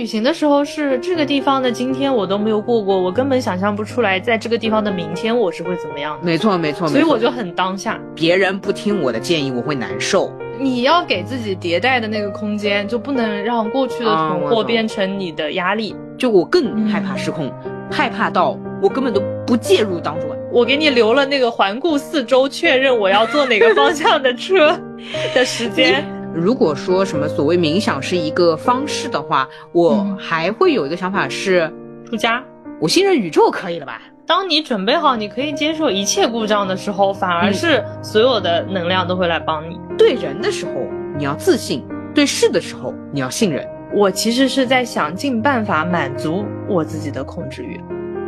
旅行的时候是这个地方的今天我都没有过过，我根本想象不出来在这个地方的明天我是会怎么样的。 没错没错， 所以我就很当下。 别人不听我的建议我会难受。 你要给自己迭代的那个空间，就不能让过去的囤货变成你的压力。 就我更害怕失控，害怕到我根本都不介入当中。 我给你留了那个环顾四周确认我要坐哪个方向的车的时间。 如果说什么所谓冥想是一个方式的话，我还会有一个想法是出家， 我信任宇宙可以了吧。 当你准备好你可以接受一切故障的时候，反而是所有的能量都会来帮你。 对人的时候你要自信，对事的时候你要信任。 我其实是在想尽办法满足我自己的控制欲。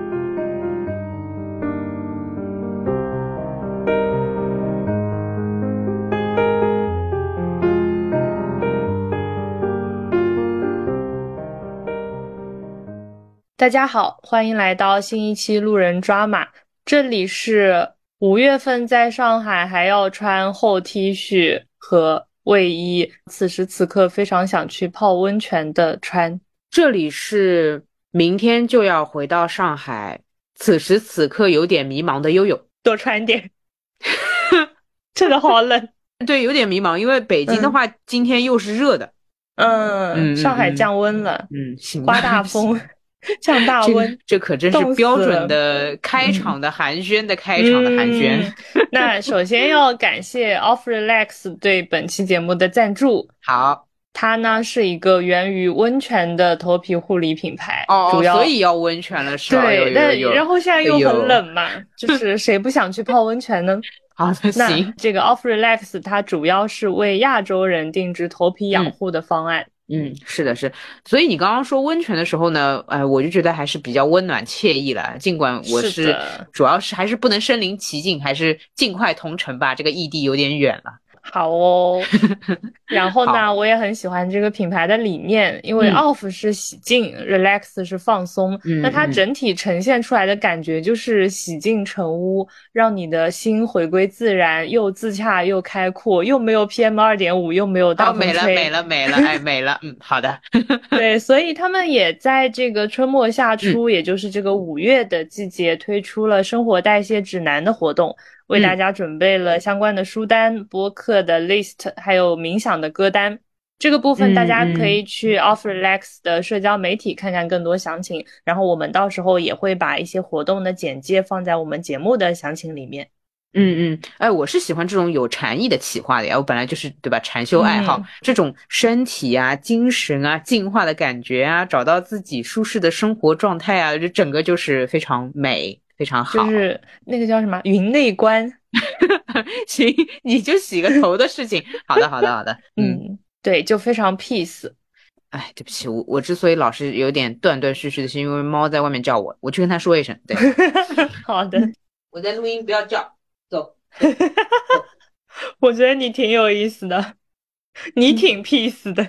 大家好，欢迎来到新一期路人抓马。这里是5月份在上海还要穿厚 T 恤和卫衣，此时此刻非常想去泡温泉的川。 这里是明天就要回到上海，此时此刻有点迷茫的悠悠。 多穿点真的好冷。 对，有点迷茫，因为北京的话今天又是热的。 上海降温了。 行， 刮大风降大温， 这可真是标准的开场的寒暄的开场的寒暄。 那首先要感谢 Off Relax 对本期节目的赞助。 好， 它呢是一个源于温泉的头皮护理品牌。主要所以要温泉了是吧？ 对，然后现在又很冷嘛，就是谁不想去泡温泉呢？ 好的，行。 这个 Off Relax 它主要是为亚洲人定制头皮养护的方案。 是的，是。所以你刚刚说温泉的时候呢，我就觉得还是比较温暖惬意了。尽管我是主要是还是不能身临其境，还是尽快同城吧，这个异地有点远了。 好哦。然后呢，我也很喜欢这个品牌的理念，因为 off 是洗净，relax 是放松，那它整体呈现出来的感觉就是洗净成污，让你的心回归自然，又自洽又开阔，又没有 PM2.5， 又没有大风吹。 美了美了。好的。 对，所以他们也在这个春末夏初，也就是这个5月的季节推出了生活代谢指南的活动，为大家准备了相关的书单、播客的 list， 还有冥想的歌单。这个部分大家可以去 Off Relax 的社交媒体看看更多详情，然后我们到时候也会把一些活动的简介放在我们节目的详情里面。 我是喜欢这种有禅意的企划的呀，我本来就是对吧，禅修爱好，这种身体啊、精神啊、进化的感觉啊，找到自己舒适的生活状态啊，这整个就是非常美。非常好， 就是那个叫什么云内观。 行，你就洗个头的事情。好的。 对，就非常 peace。 哎，对不起，我之所以老是有点断断续续的，是因为猫在外面叫我去跟它说一声。对， 好的， 我在录音，不要叫，走。 我觉得你挺有意思的，你挺 peace 的。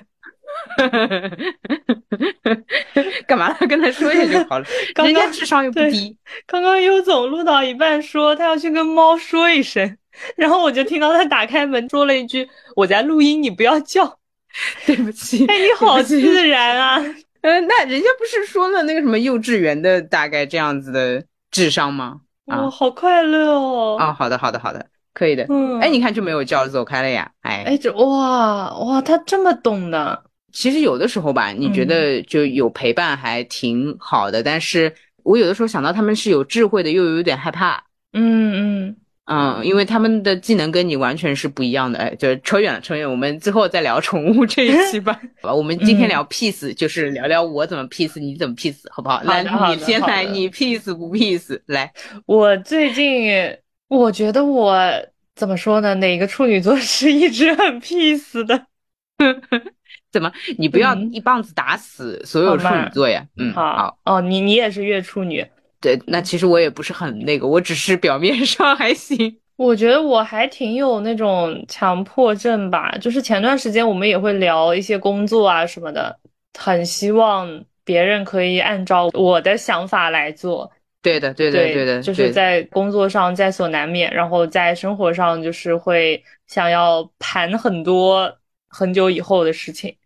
干嘛了？跟他说一下就好了。人家智商又不低。 刚刚优总录到一半说他要去跟猫说一声，然后我就听到他打开门说了一句：“我在录音，你不要叫。” 对不起。 哎，你好自然啊。 那人家不是说了那个什么幼稚园的大概这样子的智商吗？ 好快乐哦。 好的，可以的。你看就没有叫，走开了呀。 哇，他这么懂的。 其实有的时候吧，你觉得就有陪伴还挺好的，但是我有的时候想到他们是有智慧的，又有点害怕。因为他们的技能跟你完全是不一样的。就扯远了，我们之后再聊宠物这一期吧。好吧，我们今天聊 peace，就是聊聊我怎么 peace，你怎么 peace，好不好？来，你先来，你 peace 不 peace？来， 我最近我觉得我怎么说呢？哪个处女座是一直很 peace 的？ 怎么？你不要一棒子打死所有处女座呀。 好哦，你也是月处女。 对，那其实我也不是很那个，我只是表面上还行。 我觉得我还挺有那种强迫症吧，就是前段时间我们也会聊一些工作啊什么的，很希望别人可以按照我的想法来做。 对的， 就是在工作上在所难免，然后在生活上就是会想要盘很多很久以后的事情。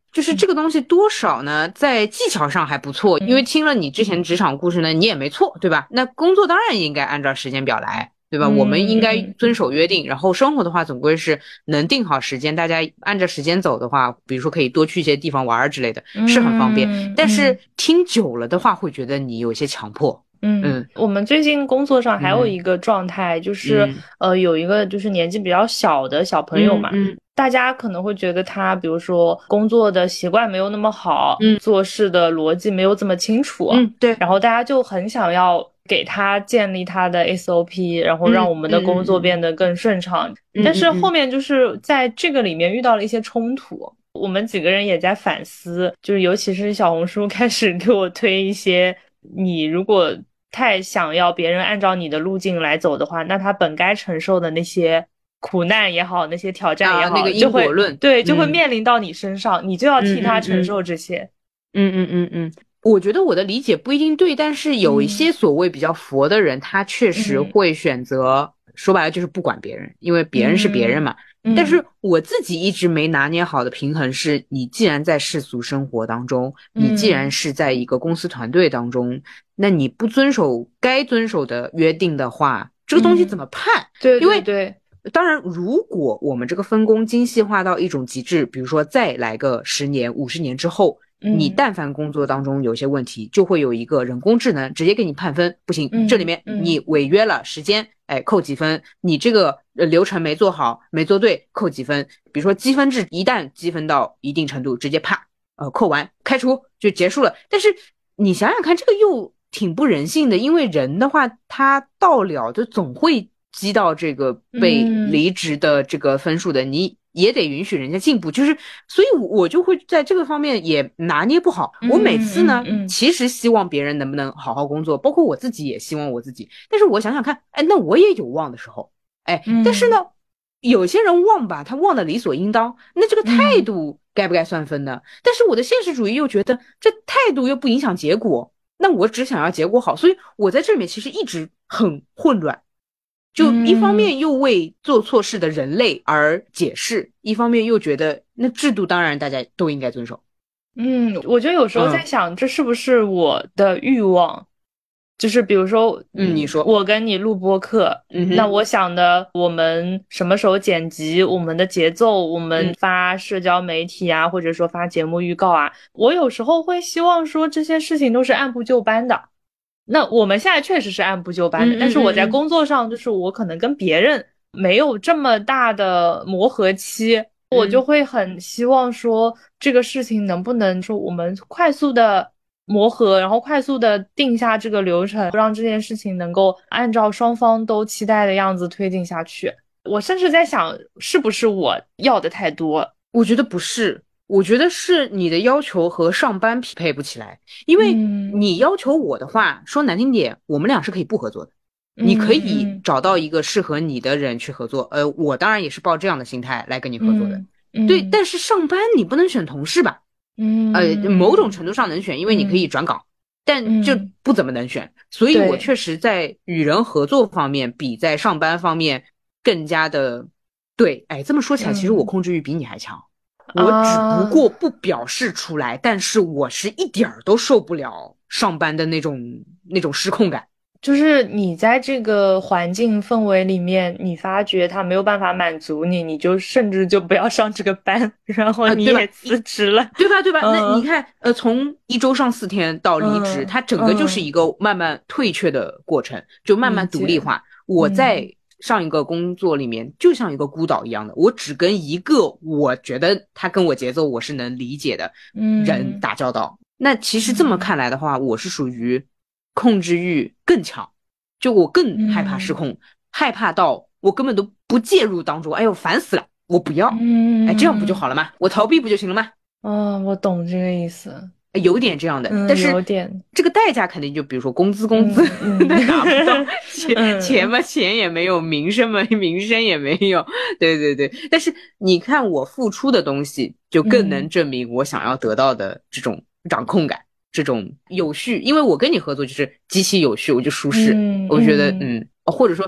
就是这个东西多少呢，在技巧上还不错，因为听了你之前职场故事呢，你也没错，对吧？那工作当然应该按照时间表来，对吧？我们应该遵守约定，然后生活的话总归是能定好时间，大家按照时间走的话，比如说可以多去一些地方玩之类的，是很方便。但是听久了的话，会觉得你有些强迫。 我们最近工作上还有一个状态，就是有一个就是年纪比较小的小朋友嘛，大家可能会觉得他比如说工作的习惯没有那么好，做事的逻辑没有这么清楚， 对， 然后大家就很想要给他建立他的 SOP， 然后让我们的工作变得更顺畅，但是后面就是在这个里面遇到了一些冲突，我们几个人也在反思，就是尤其是小红书开始给我推一些，你如果太想要别人按照你的路径来走的话，那他本该承受的那些苦难也好，那些挑战也好， 那个因果论， 对，就会面临到你身上，你就要替他承受这些。 我觉得我的理解不一定对，但是有一些所谓比较佛的人，他确实会选择，说白了就是不管别人，因为别人是别人嘛。但是我自己一直没拿捏好的平衡是，你既然在世俗生活当中，你既然是在一个公司团队当中，那你不遵守该遵守的约定的话，这个东西怎么判？ 对， 因为对， 当然，如果我们这个分工精细化到一种极致，比如说再来个10年、50年之后，你但凡工作当中有些问题，就会有一个人工智能直接给你判分，不行，这里面你违约了时间，扣几分，你这个流程没做好，没做对，扣几分。比如说积分制，一旦积分到一定程度，直接啪，扣完开除就结束了。但是你想想看，这个又挺不人性的，因为人的话，他到了就总会积到这个被离职的这个分数的，你也得允许人家进步，就是所以我就会在这个方面也拿捏不好。我每次呢，其实希望别人能不能好好工作，包括我自己也希望我自己，但是我想想看，那我也有忘的时候，但是呢，有些人忘吧，他忘的理所应当，那这个态度该不该算分呢？但是我的现实主义又觉得这态度又不影响结果，那我只想要结果好，所以我在这里面其实一直很混乱。就一方面又为做错事的人类而解释，一方面又觉得那制度当然大家都应该遵守。 我觉得有时候在想，这是不是我的欲望？就是比如说， 你说我跟你录播客，那我想的，我们什么时候剪辑，我们的节奏，我们发社交媒体啊，或者说发节目预告啊，我有时候会希望说这些事情都是按部就班的。那我们现在确实是按部就班的，但是我在工作上，就是我可能跟别人没有这么大的磨合期，我就会很希望说这个事情能不能说我们快速的磨合，然后快速的定下这个流程，让这件事情能够按照双方都期待的样子推进下去。我甚至在想，是不是我要的太多？ 我觉得不是。我觉得是你的要求和上班匹配不起来，因为你要求我的话，说难听点，我们俩是可以不合作的。你可以找到一个适合你的人去合作，我当然也是抱这样的心态来跟你合作的。对，但是上班你不能选同事吧？某种程度上能选，因为你可以转岗，但就不怎么能选。所以我确实在与人合作方面，比在上班方面更加的对。这么说起来，其实我控制欲比你还强。我只不过不表示出来，但是我是一点都受不了上班的那种失控感。 就是你在这个环境氛围里面，你发觉他没有办法满足你，你就甚至就不要上这个班，然后你也辞职了， 对吧？那你看，从1周上4天到离职，它整个就是一个慢慢退却的过程，就慢慢独立化。我在上一个工作里面就像一个孤岛一样的，我只跟一个我觉得他跟我节奏我是能理解的人打交道。那其实这么看来的话，我是属于控制欲更强，就我更害怕失控，害怕到我根本都不介入当中。哎呦，烦死了，我不要。这样不就好了吗？我逃避不就行了吗？ 我懂这个意思。 有点这样的，但是这个代价肯定就比如说工资拿不到，钱嘛钱也没有，名声嘛名声也没有，对。但是你看我付出的东西，就更能证明我想要得到的这种掌控感，这种有序。因为我跟你合作就是极其有序，我就舒适，我觉得或者说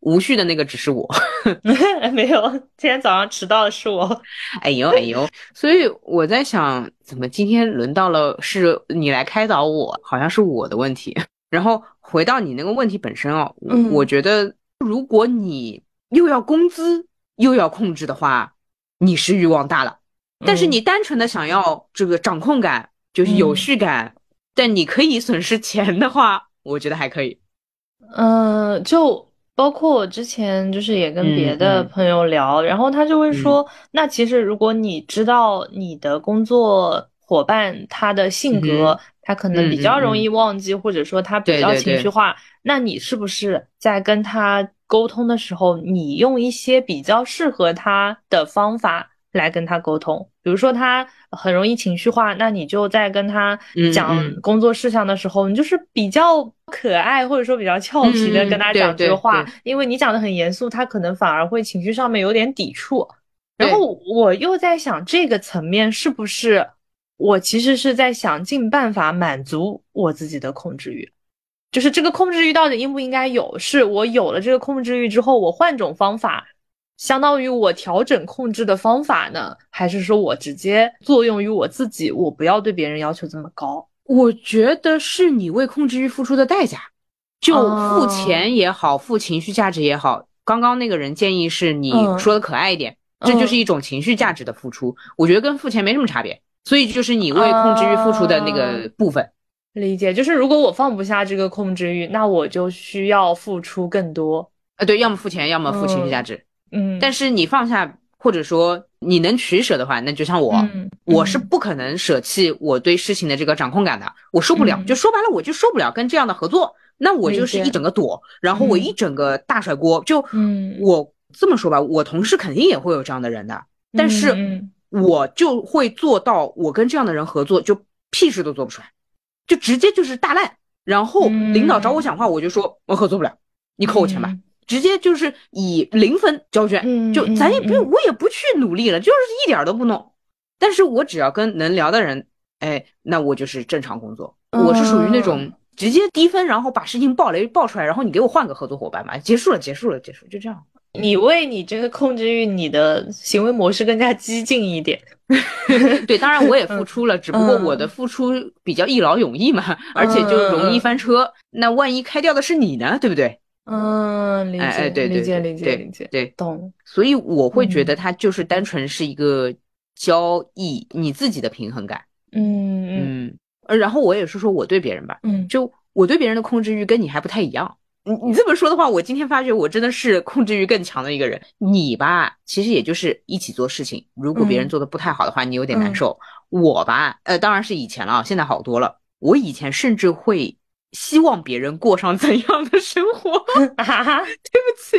无序的那个只是我。 没有，今天早上迟到的是我。 哎呦哎呦，所以我在想，怎么今天轮到了是你来开导我，好像是我的问题。然后回到你那个问题本身哦，我觉得如果你又要工资又要控制的话，你是欲望大了。但是你单纯的想要这个掌控感，就是有序感，但你可以损失钱的话，我觉得还可以。 就包括我之前就是也跟别的朋友聊，然后他就会说，那其实如果你知道你的工作伙伴他的性格，他可能比较容易忘记，或者说他比较情绪化，那你是不是在跟他沟通的时候，你用一些比较适合他的方法来跟他沟通？比如说他很容易情绪化，那你就在跟他讲工作事项的时候，你就是比较可爱或者说比较俏皮的跟他讲这个话，因为你讲的很严肃，他可能反而会情绪上面有点抵触。然后我又在想，这个层面是不是我其实是在想尽办法满足我自己的控制欲，就是这个控制欲到底应不应该有，是我有了这个控制欲之后，我换种方法相当于我调整控制的方法呢，还是说我直接作用于我自己，我不要对别人要求这么高？ 我觉得是你为控制欲付出的代价，就付钱也好，付情绪价值也好。刚刚那个人建议是你说的可爱一点，这就是一种情绪价值的付出，我觉得跟付钱没什么差别。所以就是你为控制欲付出的那个部分。 理解，就是如果我放不下这个控制欲，那我就需要付出更多。 对，要么付钱，要么付情绪价值。但是你放下，或者说你能取舍的话，那就像我是不可能舍弃我对事情的这个掌控感的，我受不了，就说白了，我就受不了跟这样的合作，那我就是一整个躲，然后我一整个大甩锅。就我这么说吧，我同事肯定也会有这样的人的，但是我就会做到，我跟这样的人合作就屁事都做不出来，就直接就是大烂。然后领导找我讲话，我就说我合作不了，你扣我钱吧。直接就是以0分交卷，就咱也不用，我也不去努力了，就是一点都不弄。但是我只要跟能聊的人，那我就是正常工作。我是属于那种直接低分，然后把事情爆雷爆出来，然后你给我换个合作伙伴嘛，结束了，就这样。 你为你这个控制欲，你的行为模式更加激进一点。 对，当然我也付出了，只不过我的付出比较一劳永逸嘛，而且就容易翻车。那万一开掉的是你呢，对不对？ 理解， 对， 懂。 所以我会觉得它就是单纯是一个交易，你自己的平衡感。然后我也是说我对别人吧，就我对别人的控制欲跟你还不太一样。你这么说的话，我今天发觉我真的是控制欲更强的一个人。你吧，其实也就是一起做事情，如果别人做的不太好的话，你有点难受。我吧，当然是以前了，现在好多了。我以前甚至会希望别人过上怎样的生活。对不起，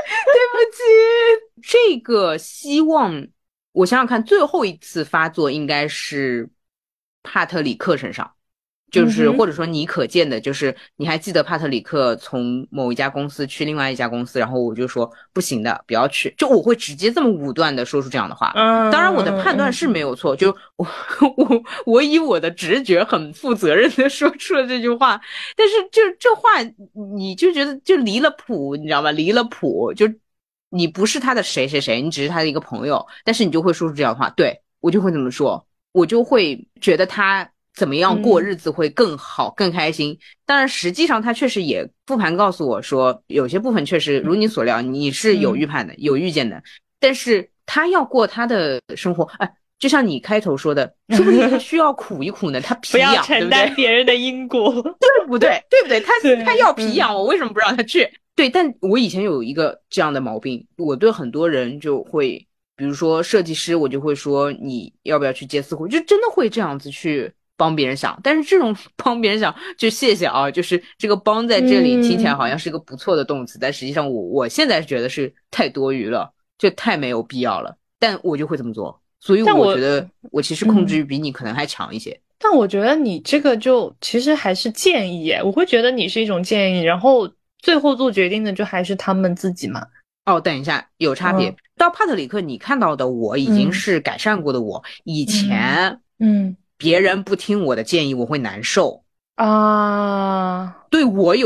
这个希望，我想想看，最后一次发作应该是帕特里克身上。就是或者说你可见的，就是你还记得帕特里克从某一家公司去另外一家公司，然后我就说不行的，不要去，就我会直接这么武断的说出这样的话。当然我的判断是没有错，就我以我的直觉很负责任的说出了这句话，但是就这话你就觉得就离了谱，你知道吗？离了谱，就你不是他的谁谁谁，你只是他的一个朋友，但是你就会说出这样的话，对，我就会这么说，我就会觉得他怎么样过日子会更好更开心。当然实际上他确实也复盘告诉我说，有些部分确实如你所料，你是有预判的，有预见的，但是他要过他的生活，就像你开头说的，说不定他需要苦一苦呢，他皮痒， 不要承担别人的因果， 对不对？对不对？他要皮痒，我为什么不让他去？对，但我以前有一个这样的毛病，我对很多人就会，比如说设计师，我就会说你要不要去接私活，就真的会这样子去帮别人想。但是这种帮别人想，就谢谢啊，就是这个帮在这里听起来好像是个不错的动词，但实际上我现在觉得是太多余了，就太没有必要了，但我就会这么做。所以我觉得我其实控制欲比你可能还强一些。 但我觉得你这个就其实还是建议，我会觉得你是一种建议，然后最后做决定的就还是他们自己嘛。 等一下，有差别。到帕特里克你看到的我已经是改善过的我，以前别人不听我的建议我会难受啊，对我有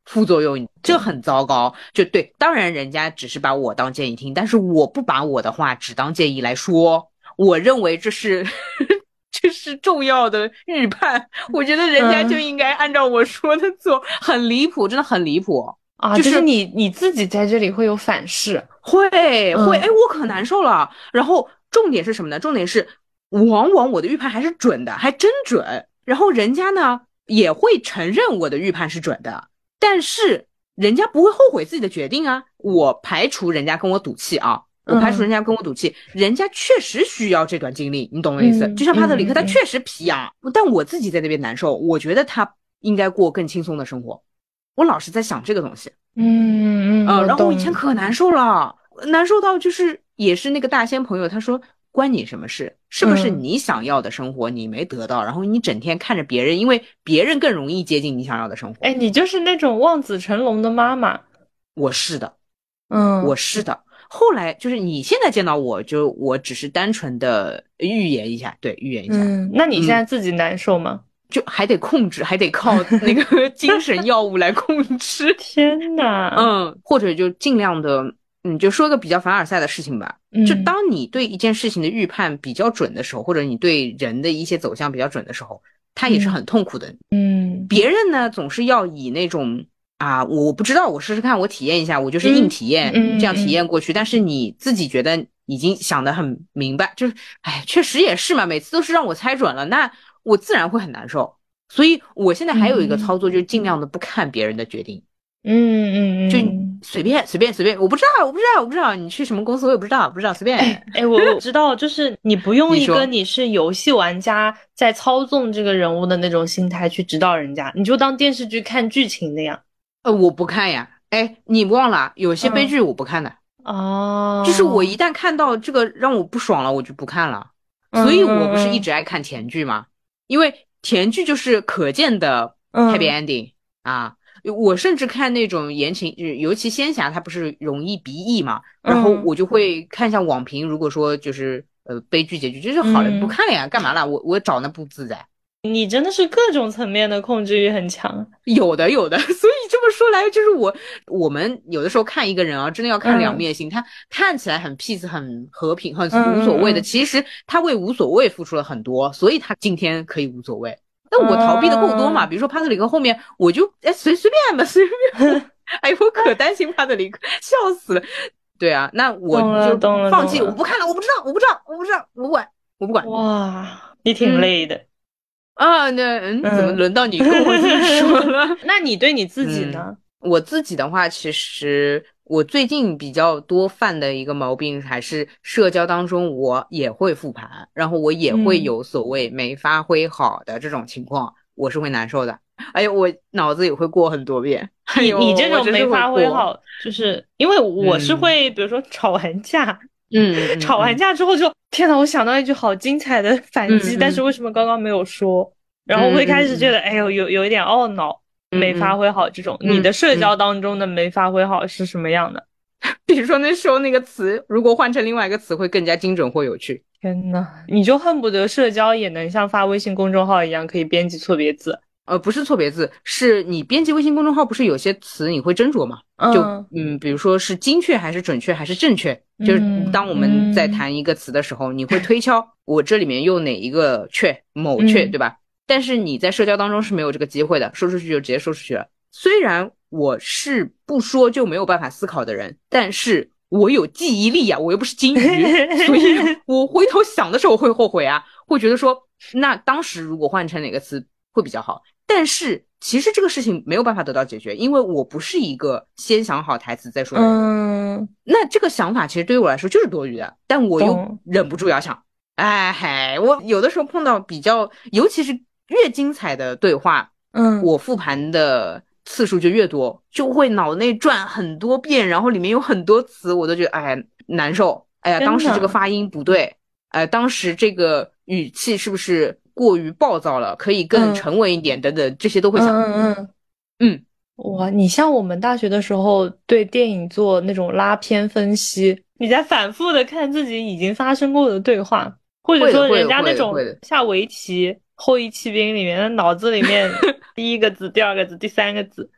副作用，这很糟糕。就对，当然人家只是把我当建议听，但是我不把我的话只当建议来说，我认为这是这是重要的预判，我觉得人家就应该按照我说的做，很离谱，真的很离谱啊！就是你自己在这里会有反噬， 会，哎，我可难受了。然后重点是什么呢？重点是往往我的预判还是准的，还真准。然后人家呢也会承认我的预判是准的，但是人家不会后悔自己的决定啊。我排除人家跟我赌气啊，人家确实需要这段经历，你懂我意思？就像帕特里克，他确实皮痒，但我自己在那边难受，我觉得他应该过更轻松的生活。我老是在想这个东西，然后我以前可难受了，难受到就是也是那个大仙朋友，他说关你什么事？是不是你想要的生活你没得到，然后你整天看着别人，因为别人更容易接近你想要的生活。 哎，你就是那种望子成龙的妈妈。 我是的，我是的。后来就是你现在见到我，就我只是单纯的预言一下，对，预言一下。 那你现在自己难受吗？ 就还得控制，还得靠那个精神药物来控制。 天哪！ 或者就尽量的，就说个比较凡尔赛的事情吧。就当你对一件事情的预判比较准的时候，或者你对人的一些走向比较准的时候，他也是很痛苦的。别人呢总是要以那种啊，我不知道，我试试看，我体验一下，我就是硬体验，这样体验过去。但是你自己觉得已经想得很明白，就是，哎，确实也是嘛，每次都是让我猜准了，那我自然会很难受。所以我现在还有一个操作，就是尽量的不看别人的决定。就随便，我不知道，你去什么公司我也不知道，随便。 哎，我知道，就是你不用一个你是游戏玩家在操纵这个人物的那种心态去指导人家，你就当电视剧看剧情那样。 我不看呀。哎，你忘了有些悲剧我不看的。就是我一旦看到这个让我不爽了，我就不看了。所以我不是一直爱看甜剧吗？因为甜剧就是可见的 happy ending 啊。我甚至看那种言情，尤其仙侠它不是容易鼻翼嘛，然后我就会看一下网评，如果说就是悲剧结局就是好了，不看了呀，干嘛啦？我找那不自在。 你真的是各种层面的控制欲很强。 有的。所以这么说来，就是我们有的时候看一个人啊，真的要看两面性。他看起来很 peace 很和平很无所谓的，其实他为无所谓付出了很多，所以他今天可以无所谓。那我逃避的够多嘛？比如说帕特里克后面我就随便吧，随便。哎，我可担心帕特里克，笑死了。对啊，那我就放弃，我不看了，我不知道，我不管。 哇，你挺累的。 怎么轮到你跟我这么说了？ 那你对你自己呢？ 我自己的话，其实我最近比较多犯的一个毛病，还是社交当中我也会复盘，然后我也会有所谓没发挥好的这种情况，我是会难受的。哎呦，我脑子也会过很多遍。 你这种没发挥好，就是因为我是会，比如说吵完架，吵完架之后就天哪，我想到一句好精彩的反击，但是为什么刚刚没有说？然后我会开始觉得，哎呦，有一点懊恼，没发挥好这种。你的社交当中的没发挥好是什么样的？ 比如说那时候那个词，如果换成另外一个词，会更加精准或有趣。 天呐，你就恨不得社交也能像发微信公众号一样，可以编辑错别字。 不是错别字，是你编辑微信公众号，不是有些词你会斟酌吗？就比如说是精确还是准确还是正确，就是当我们在谈一个词的时候，你会推敲我这里面用哪一个确某确，对吧？但是你在社交当中是没有这个机会的，说出去就直接说出去了。虽然我是不说就没有办法思考的人，但是我有记忆力呀，我又不是金鱼，所以我回头想的时候会后悔啊，会觉得说那当时如果换成哪个词会比较好。但是其实这个事情没有办法得到解决，因为我不是一个先想好台词再说的人。那这个想法其实对于我来说就是多余的，但我又忍不住要想。我有的时候碰到比较尤其是越精彩的对话，我复盘的次数就越多，就会脑内转很多遍，然后里面有很多词我都觉得难受。当时这个发音不对，当时这个语气是不是过于暴躁了，可以更沉稳一点，等等，这些都会想。 哇，你像我们大学的时候对电影做那种拉片分析，你在反复的看自己已经发生过的对话，或者说人家那种下围棋后羿弃兵里面的脑子里面第一个字第二个字第三个字，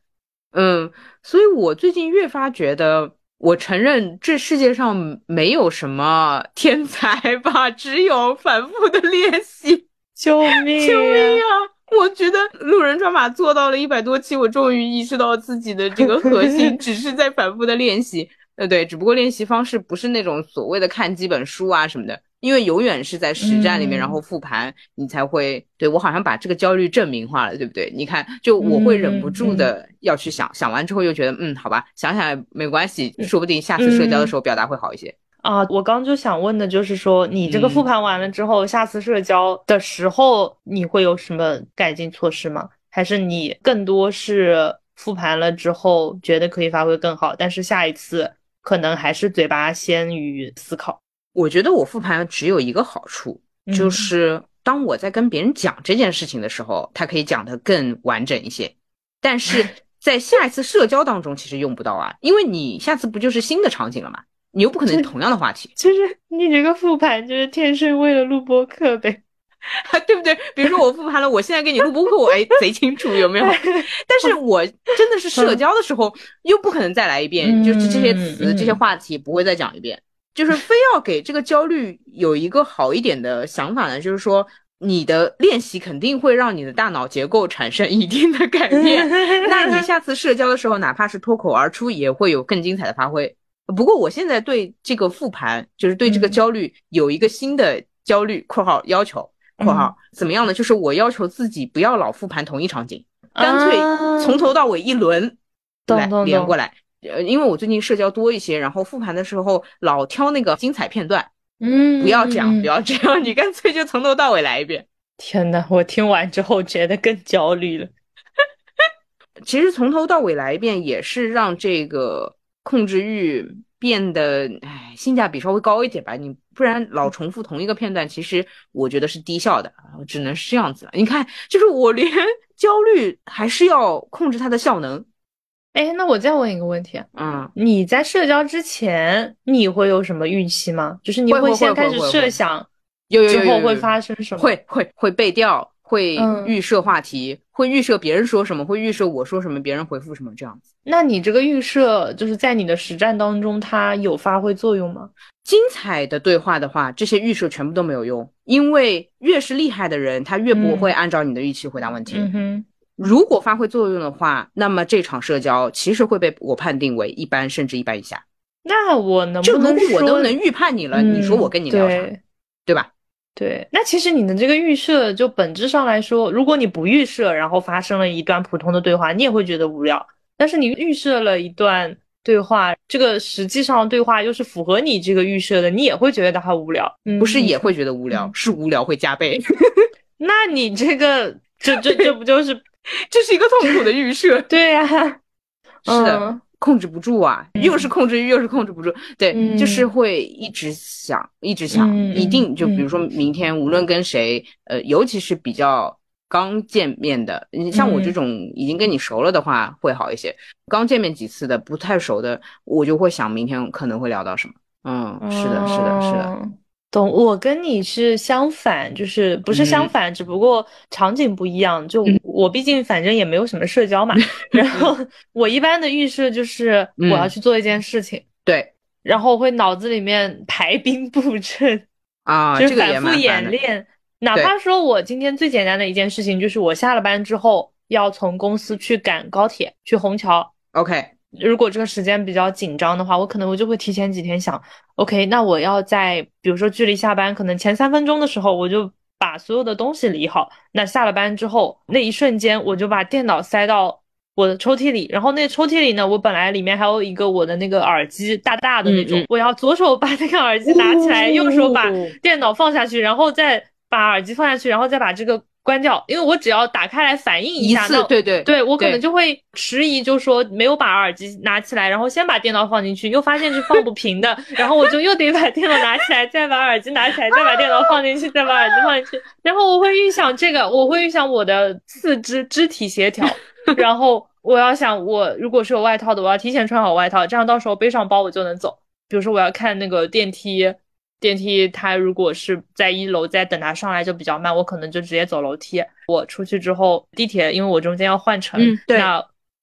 所以我最近越发觉得，我承认这世界上没有什么天才吧，只有反复的练习。 救命！ 救命啊！我觉得路人抓马做到了100多期，我终于意识到自己的这个核心只是在反复的练习。对，只不过练习方式不是那种所谓的看几本书啊什么的，因为永远是在实战里面，然后复盘，你才会对我好像把这个焦虑证明化了，对不对？你看，就我会忍不住的要去想，想完之后又觉得好吧，想想没关系，说不定下次社交的时候表达会好一些。 我刚就想问的就是说，你这个复盘完了之后，下次社交的时候你会有什么改进措施吗？还是你更多是复盘了之后觉得可以发挥更好，但是下一次可能还是嘴巴先于思考？ 我觉得我复盘只有一个好处，就是当我在跟别人讲这件事情的时候，他可以讲得更完整一些，但是在下一次社交当中其实用不到啊，因为你下次不就是新的场景了吗？你又不可能同样的话题， 就是你这个复盘就是天生为了录播课呗， 对不对？比如说我复盘了，我现在给你录播课，我贼清楚有没有？但是我真的是社交的时候又不可能再来一遍，就是这些词、这些话题不会再讲一遍，就是非要给这个焦虑有一个好一点的想法呢，就是说你的练习肯定会让你的大脑结构产生一定的改变，那你下次社交的时候，哪怕是脱口而出，也会有更精彩的发挥。不过我现在对这个复盘，就是对这个焦虑有一个新的焦虑（括号要求）（括号怎么样呢？就是我要求自己不要老复盘同一场景，干脆从头到尾一轮来连过来。因为我最近社交多一些，然后复盘的时候老挑那个精彩片段，不要这样，不要这样，你干脆就从头到尾来一遍。 天哪，我听完之后觉得更焦虑了。 其实从头到尾来一遍也是让这个控制欲变得性价比稍微高一点吧，你不然老重复同一个片段，其实我觉得是低效的，只能是这样子了。你看，就是我连焦虑还是要控制它的效能。 那我再问一个问题，你在社交之前你会有什么预期吗？就是你会先开始设想之后会发生什么？ 会背调，会预设话题，会预设别人说什么，会预设我说什么，别人回复什么，这样子。 那你这个预设就是在你的实战当中它有发挥作用吗？ 精彩的对话的话，这些预设全部都没有用，因为越是厉害的人他越不会按照你的预期回答问题。如果发挥作用的话，那么这场社交其实会被我判定为一般甚至一般以下。 那我能不能说， 就如果我都能预判你了，你说我跟你聊啥？对吧？ 对，那其实你的这个预设就本质上来说，如果你不预设，然后发生了一段普通的对话，你也会觉得无聊。但是你预设了一段对话，这个实际上对话又是符合你这个预设的，你也会觉得它无聊。 不是也会觉得无聊，是无聊会加倍。 那你这个这不就是这是一个痛苦的预设？ 对呀， 是的。控制不住啊，又是控制欲，又是控制不住。对，就是会一直想，一直想，一定就比如说明天无论跟谁，尤其是比较刚见面的，像我这种已经跟你熟了的话会好一些，刚见面几次的不太熟的，我就会想明天可能会聊到什么。是的，是的，是的。 懂，我跟你是相反，就是不是相反，只不过场景不一样。就我毕竟反正也没有什么社交嘛，然后我一般的预设就是我要去做一件事情， 对， 然后会脑子里面排兵布阵啊， 就是反复演练。哪怕说我今天最简单的一件事情就是我下了班之后要从公司去赶高铁去虹桥 ，OK。 如果这个时间比较紧张的话，我可能就会提前几天想 OK， 那我要在比如说距离下班可能前3分钟的时候，我就把所有的东西理好，那下了班之后那一瞬间我就把电脑塞到我的抽屉里，然后那抽屉里呢，我本来里面还有一个我的那个耳机大大的那种，我要左手把那个耳机拿起来，右手把电脑放下去，然后再把耳机放下去，然后再把这个关掉，因为我只要打开来反应一下，对，我可能就会迟疑，就说没有把耳机拿起来，然后先把电脑放进去，又发现是放不平的，然后我就又得把电脑拿起来，再把耳机拿起来，再把电脑放进去，再把耳机放进去，然后我会预想这个，我会预想我的四肢肢体协调，然后我要想我如果是有外套的，我要提前穿好外套，这样到时候背上包我就能走。比如说我要看那个电梯它如果是在1楼在等它上来就比较慢，我可能就直接走楼梯。我出去之后地铁因为我中间要换乘，那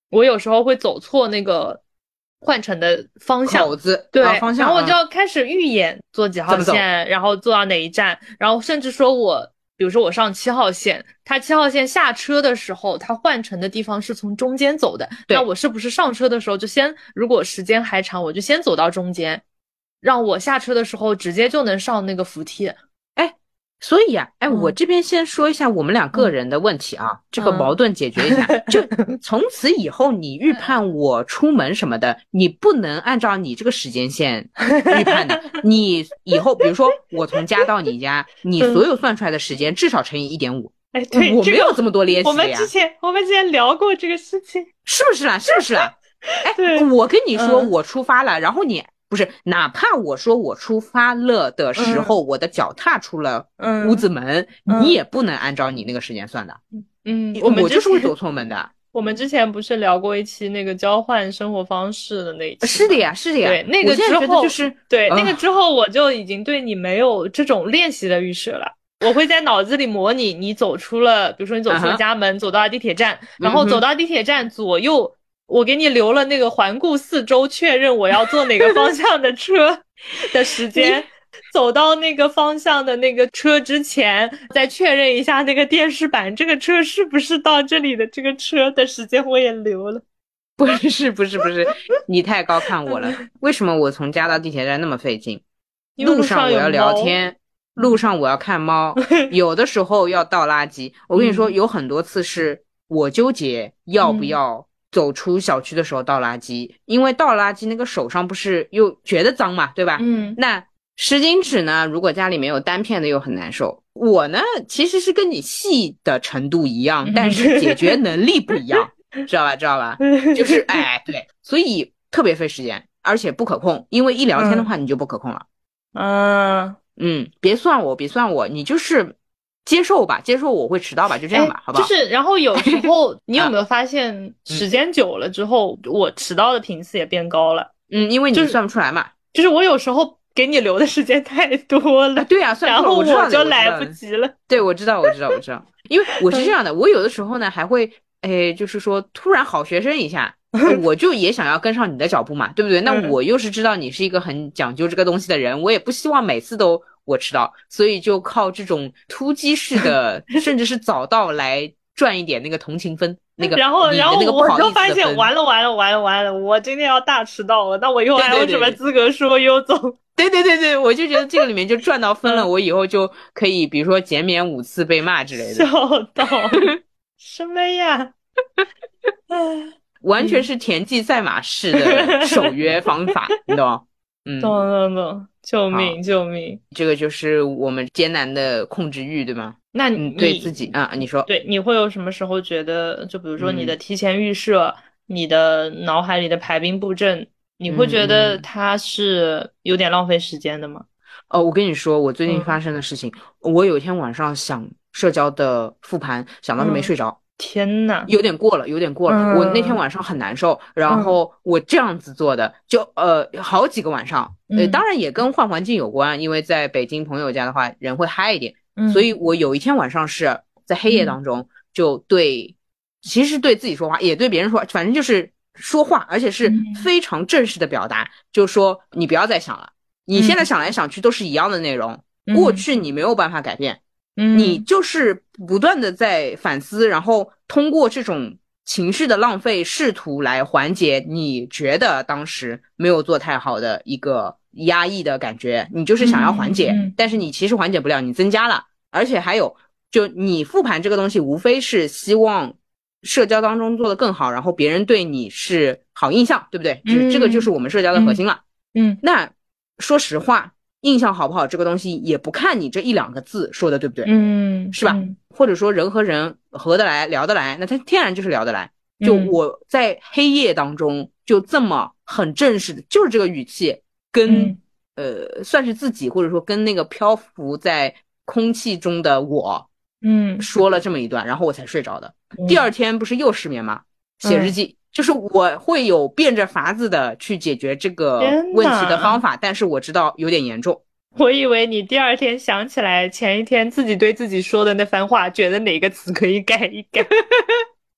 我有时候会走错那个换乘的方向口子， 对， 方向， 然后我就要开始预演坐几号线，然后坐到哪一站，然后甚至说比如说我上7号线，他7号线下车的时候，他换乘的地方是从中间走的，那我是不是上车的时候就先，如果时间还长，我就先走到中间，让我下车的时候直接就能上那个扶梯。 所以啊，我这边先说一下我们俩个人的问题啊，这个矛盾解决一下。就从此以后，你预判我出门什么的，你不能按照你这个时间线预判的。你以后，比如说我从家到你家，你所有算出来的时间至少乘以1.5。 对， 我没有这么多练习的呀。 我们之前聊过这个事情， 是不是啦？是不是啦？我跟你说，我出发了，然后你。不是，哪怕我说我出发了的时候，我的脚踏出了屋子门，你也不能按照你那个时间算的。我就是会走错门的。 我们之前不是聊过一期那个交换生活方式的那一期？ 是的呀，是的呀。 对，那个之后就是对、那个之后，我就已经对你没有这种练习的预设了。我会在脑子里模拟你走出了，比如说你走出了家门，走到了地铁站，然后走到地铁站左右。我给你留了那个环顾四周，确认我要坐哪个方向的车的时间，走到那个方向的那个车之前，再确认一下那个电视版这个车是不是到这里的这个车的时间我也留了。 不是，你太高看我了。为什么我从家到地铁站那么费劲？路上我要聊天，路上我要看猫，有的时候要倒垃圾。我跟你说，有很多次是我纠结要不要走出小区的时候倒垃圾，因为倒垃圾那个手上不是又觉得脏嘛，对吧？那湿巾纸呢，如果家里没有单片的又很难受。我呢其实是跟你细的程度一样，但是解决能力不一样。知道吧就是对，所以特别费时间，而且不可控，因为一聊天的话你就不可控了。别算我，你就是接受我会迟到吧，就这样吧，好不好？ 就是然后有时候你有没有发现时间久了之后我迟到的频次也变高了？ 因为你算不出来嘛。 就是我有时候给你留的时间太多了。 对啊，算不出来， 然后我就来不及了。 对，我知道，因为我是这样的，我有的时候呢还会就是说突然好学生一下，我就也想要跟上你的脚步嘛，对不对？那我又是知道你是一个很讲究这个东西的人，我也不希望每次都我迟到，所以就靠这种突击式的甚至是早到来赚一点那个同情分。 然后我就发现完了，我今天要大迟到了，那我以后还有什么资格说优总？ 对，我就觉得这个里面就赚到分了，我以后就可以比如说减免5次被骂之类的。 笑到什么呀？ 完全是田忌赛马式的守约方法，你懂吗？ 懂，救命！ 这个就是我们艰难的控制欲，对吗？ 那你对自己你说对，你会有什么时候觉得，就比如说你的提前预设，你的脑海里的排兵布阵，你会觉得它是有点浪费时间的吗？ 我跟你说，我最近发生的事情，我有一天晚上想社交的复盘，想到都没睡着。 天呐， 有点过了。我那天晚上很难受，然后我这样子做的，就好几个晚上，当然也跟换环境有关，因为在北京朋友家的话，人会嗨一点，所以我有一天晚上是在黑夜当中，就其实对自己说话，也对别人说，反正就是说话，而且是非常正式的表达，就说你不要再想了，你现在想来想去都是一样的内容，过去你没有办法改变。你就是不断的在反思，然后通过这种情绪的浪费，试图来缓解你觉得当时没有做太好的一个压抑的感觉，你就是想要缓解，但是你其实缓解不了，你增加了。而且还有，就你复盘这个东西，无非是希望社交当中做得更好，然后别人对你是好印象，对不对？这个就是我们社交的核心了。那说实话，印象好不好这个东西也不看你这1-2个字说的对不对，是吧？或者说人和人合得来聊得来，那他天然就是聊得来。就我在黑夜当中就这么很正式的，就是这个语气跟算是自己，或者说跟那个漂浮在空气中的我说了这么一段，然后我才睡着的。第二天不是又失眠吗？写日记，就是我会有变着法子的去解决这个问题的方法，但是我知道有点严重。 我以为你第二天想起来前一天自己对自己说的那番话，觉得哪个词可以改一改。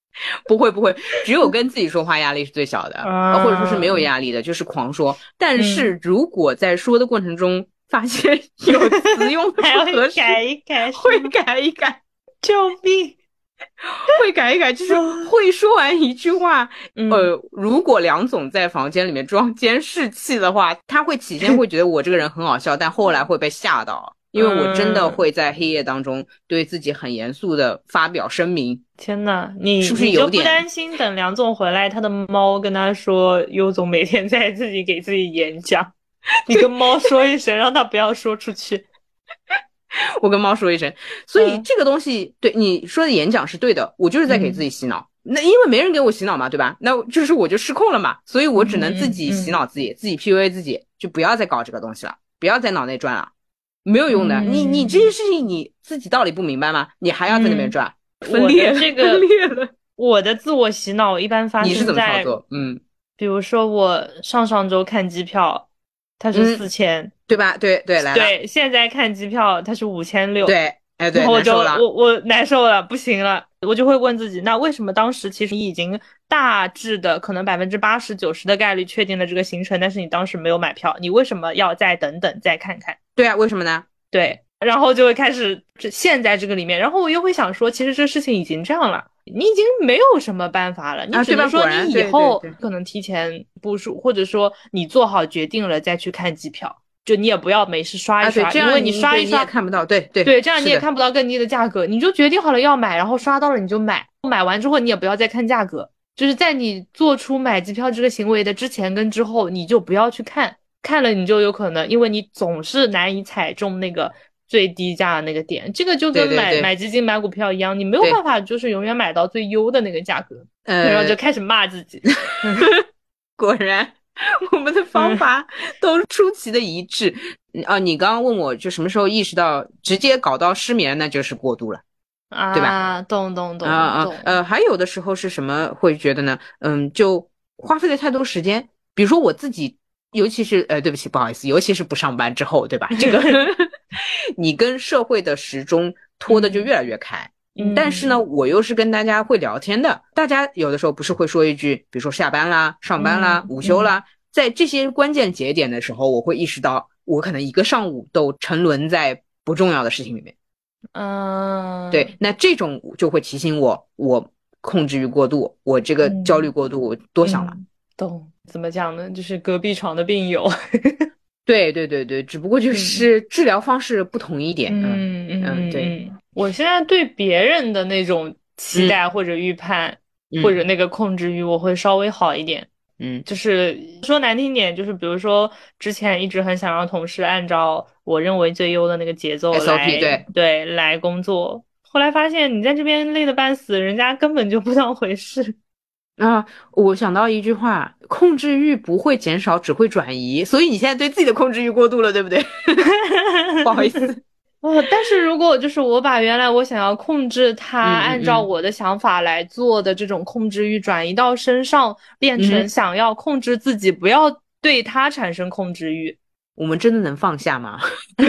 不会不会，只有跟自己说话压力是最小的，或者说是没有压力的，就是狂说。但是如果在说的过程中发现有词用的不合适， 改一改， 会改一改， 救命！ 会改一改，就是会说完一句话，如果梁总在房间里面装监视器的话，他会起先会觉得我这个人很好笑，但后来会被吓到。因为我真的会在黑夜当中对自己很严肃的发表声明。 天哪，你是不是有点你就不担心等梁总回来，他的猫跟他说尤总每天在自己给自己演讲，你跟猫说一声，让他不要说出去。 我跟猫说一声，所以这个东西，对你说的演讲是对的，我就是在给自己洗脑。那因为没人给我洗脑嘛，对吧？那就是我就失控了嘛，所以我只能自己洗脑自己，自己 PUA 自己，就不要再搞这个东西了，不要在脑内转了。没有用的，你这些事情你自己道理不明白吗？你还要在那边转，分裂了。 我的自我洗脑一般发生在， 你是怎么操作？ 比如说我上周看机票，它是4000， 对吧？对来了。 对，现在看机票它是5600， 对，哎对， 我就我难受了，不行了，我就会问自己，那为什么当时其实你已经大致的可能80%-90%的概率确定了这个行程，但是你当时没有买票，你为什么要再等等再看看？ 对啊，为什么呢？ 对，然后就会开始陷在这个里面，然后我又会想说，其实这事情已经这样了，你已经没有什么办法了，你只能说你以后可能提前部署，或者说你做好决定了再去看机票，就你也不要没事刷一刷，因为你刷一刷看不到，对， 这样你也看不到更低的价格，你就决定好了要买，然后刷到了你就买，买完之后你也不要再看价格，就是在你做出买机票这个行为的之前跟之后，你就不要去看。看了你就有可能，因为你总是难以踩中那个最低价的那个点，这个就跟买基金买股票一样，你没有办法就是永远买到最优的那个价格，然后就开始骂自己。 果然我们的方法都出奇的一致。你刚刚问我就什么时候意识到直接搞到失眠，那就是过度了。对吧？ 懂。 还有的时候是什么会觉得呢？就花费了太多时间，比如说我自己。尤其是对不起，不好意思，尤其是不上班之后，对吧？这个你跟社会的时钟拖的就越来越开。但是呢，我又是跟大家会聊天的，大家有的时候不是会说一句，比如说下班啦、上班啦、午休啦，在这些关键节点的时候，我会意识到我可能一个上午都沉沦在不重要的事情里面。对，那这种就会提醒我控制欲过度，我这个焦虑过度，我多想了。 懂。怎么讲呢？就是隔壁床的病友。 对，只不过就是治疗方式不同一点。对。 我现在对别人的那种期待或者预判，或者那个控制欲，我会稍微好一点。就是说难听点，就是比如说之前一直很想让同事按照我认为最优的那个节奏来工作，后来发现你在这边累得半死，人家根本就不当回事。 我想到一句话，控制欲不会减少，只会转移。所以你现在对自己的控制欲过度了，对不对？不好意思。 但是如果就是我把原来我想要控制他，按照我的想法来做的这种控制欲转移到身上，变成想要控制自己，不要对他产生控制欲， 我们真的能放下吗？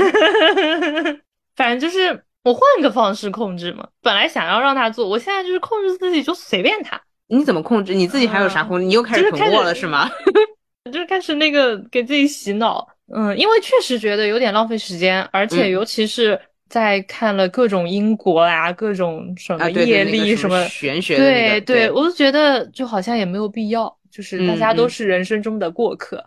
反正就是我换个方式控制嘛。本来想要让他做，我现在就是控制自己，就随便他。 你怎么控制？你自己还有啥控制？你又开始囤货了是吗？ 就是开始那个给自己洗脑。因为确实觉得有点浪费时间，而且尤其是在看了各种因果啊，各种什么业力什么玄学的对，我就觉得就好像也没有必要，就是大家都是人生中的过客。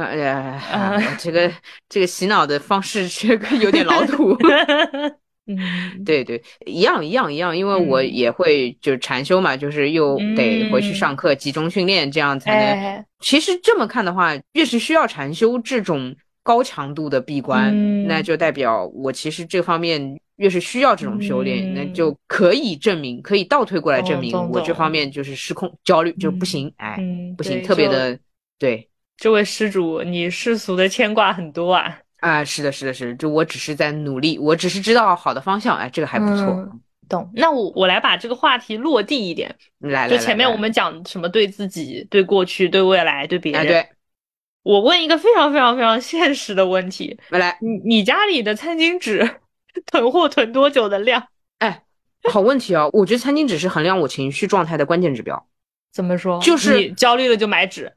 这个洗脑的方式这个有点老土。对，一样，因为我也会就是禅修嘛，就是又得回去上课，集中训练，这样才能。其实这么看的话，越是需要禅修这种高强度的闭关，那就代表我其实这方面越是需要这种修炼，那就可以证明，可以倒推过来证明我这方面就是失控焦虑就不行，不行，特别的对。 这位施主，你世俗的牵挂很多啊。 是的，就我只是在努力，我只是知道好的方向，这个还不错。 懂。那我来把这个话题落地一点。就前面我们讲什么对自己、对过去、对未来、对别人。 对。 我问一个非常非常非常现实的问题。 来， 你家里的餐巾纸囤货囤多久的量？ 好问题啊！我觉得餐巾纸是衡量我情绪状态的关键指标。 怎么说？ 就是你焦虑了就买纸。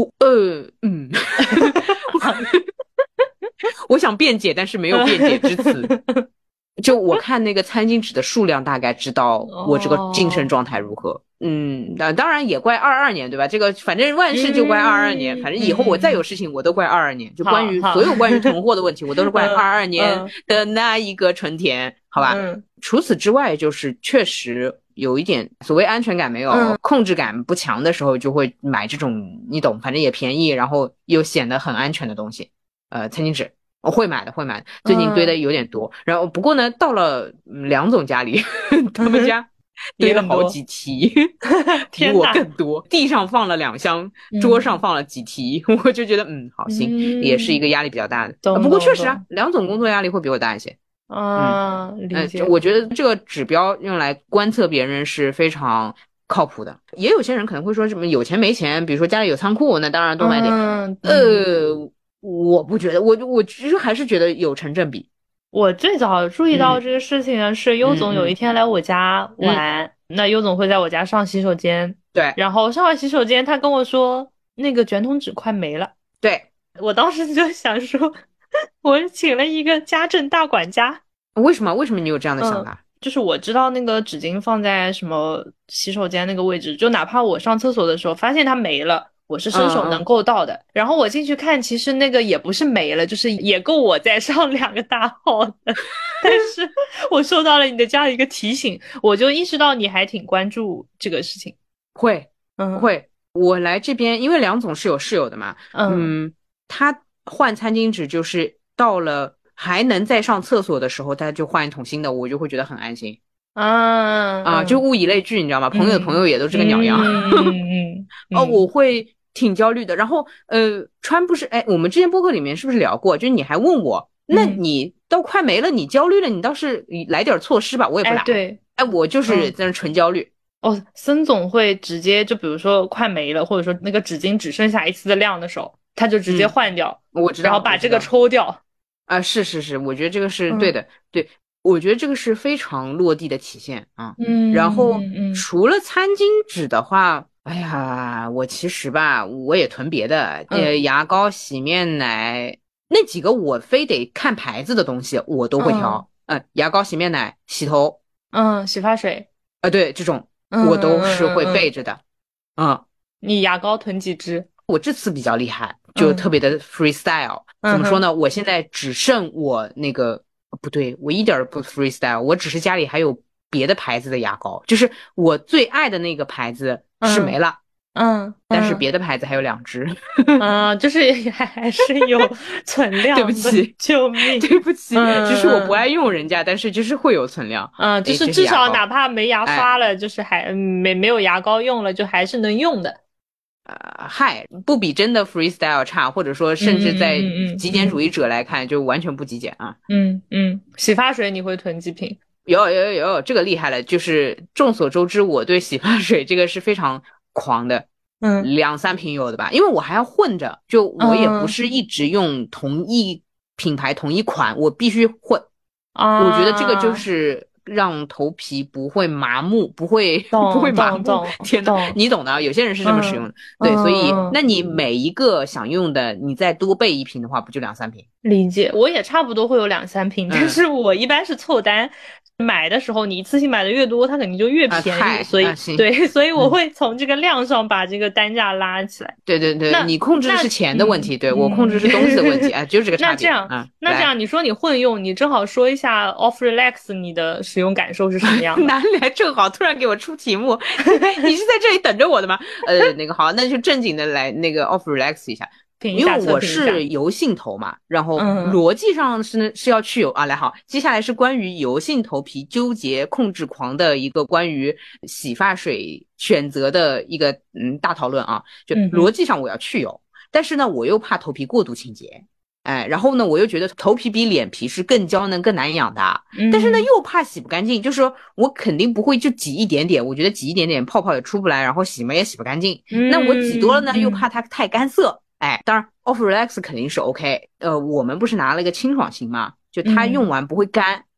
我想辩解，但是没有辩解之词。就我看那个餐巾纸的数量，大概知道我这个精神状态如何。当然也怪22年，对吧？这个反正万事就怪22年，反正以后我再有事情我都怪22年。就关于所有关于囤货的问题，我都是怪22年的那一个春天，好吧？除此之外，就是确实有一点所谓安全感没有、控制感不强的时候，就会买这种你懂，反正也便宜，然后又显得很安全的东西。餐巾纸。我会买的，最近堆的有点多。然后不过呢，到了梁总家里，他们家叠了好几提，比我更多。地上放了2箱，桌上放了几提，我就觉得好行，也是一个压力比较大的。不过确实啊，梁总工作压力会比我大一些。 理解。 我觉得这个指标用来观测别人是非常靠谱的。也有些人可能会说什么有钱没钱，比如说家里有仓库，那当然多买点。我不觉得，我其实还是觉得有成正比。 我最早注意到这个事情呢，是优总有一天来我家玩，那优总会在我家上洗手间， 对， 然后上完洗手间，他跟我说那个卷筒纸快没了。 对， 我当时就想说，我请了一个家政大管家。 为什么你有这样的想法？ 就是我知道那个纸巾放在什么洗手间那个位置，就哪怕我上厕所的时候发现它没了，我是伸手能够到的。然后我进去看，其实那个也不是没了，就是也够我再上2个大号的。但是我收到了你的这样一个提醒，我就意识到你还挺关注这个事情。 会。我来这边，因为梁总是有室友的嘛，他换餐巾纸就是到了还能再上厕所的时候，他就换一桶新的，我就会觉得很安心。就物以类聚，你知道吗？朋友的朋友也都是个鸟样。我会挺焦虑的。然后川不是，我们之前播客里面是不是聊过？就是你还问我，那你都快没了，你焦虑了，你倒是来点措施吧。我也不来。 对， 我就是在那纯焦虑。 森总会直接就比如说快没了，或者说那个纸巾只剩下1次的量的时候，他就直接换掉。 我知道， 然后把这个抽掉。 是，我觉得这个是对的。对，我觉得这个是非常落地的体现啊。然后除了餐巾纸的话，哎呀，我其实吧，我也囤别的，牙膏、洗面奶那几个我非得看牌子的东西，我都会挑。牙膏、洗面奶、洗头， 洗发水， 对，这种我都是会备着的。 你牙膏囤几支？ 我这次比较厉害，就特别的 freestyle。怎么说呢？我现在只剩我那个不对，我一点不 freestyle， 我只是家里还有别的牌子的牙膏，就是我最爱的那个牌子是没了。但是别的牌子还有2支。 就是还是有存量的。 对不起， 救命！ 对不起，只是我不爱用人家，但是就是会有存量。 就是至少哪怕没牙刷了，就是还没有牙膏用了，就还是能用的。 不比真的 freestyle 差，或者说甚至在极简主义者来看，就完全不极简啊。 洗发水你会囤几瓶？ 有，这个厉害了，就是众所周知，我对洗发水这个是非常狂的。2-3瓶有的吧，因为我还要混着，就我也不是一直用同一品牌同一款，我必须混。我觉得这个就是让头皮不会麻木，不会麻木。天哪，你懂的，有些人是这么使用的。对，所以那你每一个想用的，你再多备1瓶的话，不就2-3瓶？ 理解，我也差不多会有2-3瓶，但是我一般是凑单。买的时候你一次性买的越多，它肯定就越便宜，所以我会从这个量上把这个单价拉起来。 对，你控制的是钱的问题，对，我控制是东西的问题。就是这个差别。 那这样你说你混用，你正好说一下 Off Relax 你的使用感受是什么样的？ 哪里来正好突然给我出题目？你是在这里等着我的吗？好，那就正经的来那个 Off Relax 一下。因为我是油性头嘛，然后逻辑上是要去油来好，接下来是关于油性头皮纠结控制狂的一个关于洗发水选择的一个大讨论啊。就逻辑上我要去油，但是呢我又怕头皮过度清洁，然后呢我又觉得头皮比脸皮是更娇嫩更难养的，但是呢又怕洗不干净，就是说我肯定不会就挤一点点，我觉得挤一点点泡泡也出不来，然后洗嘛也洗不干净，那我挤多了呢又怕它太干涩。当然 Off Relax 肯定是 OK。我们不是拿了一个清爽型嘛，就它用完不会干，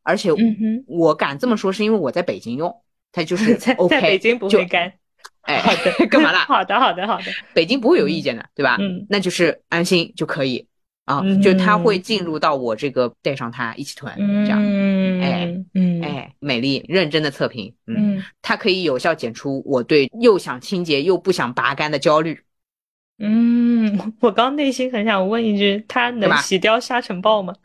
而且我敢这么说是因为我在北京用，它就是 OK， 在北京不会干。 哎， 好的， 干嘛啦？ 好的，好的，好的。 北京不会有意见的，对吧？那就是安心就可以啊，就它会进入到我这个带上它一起囤，这样。美丽认真的测评，它可以有效减除我对又想清洁又不想拔干的焦虑。 我刚内心很想问一句，它能洗掉沙尘暴吗？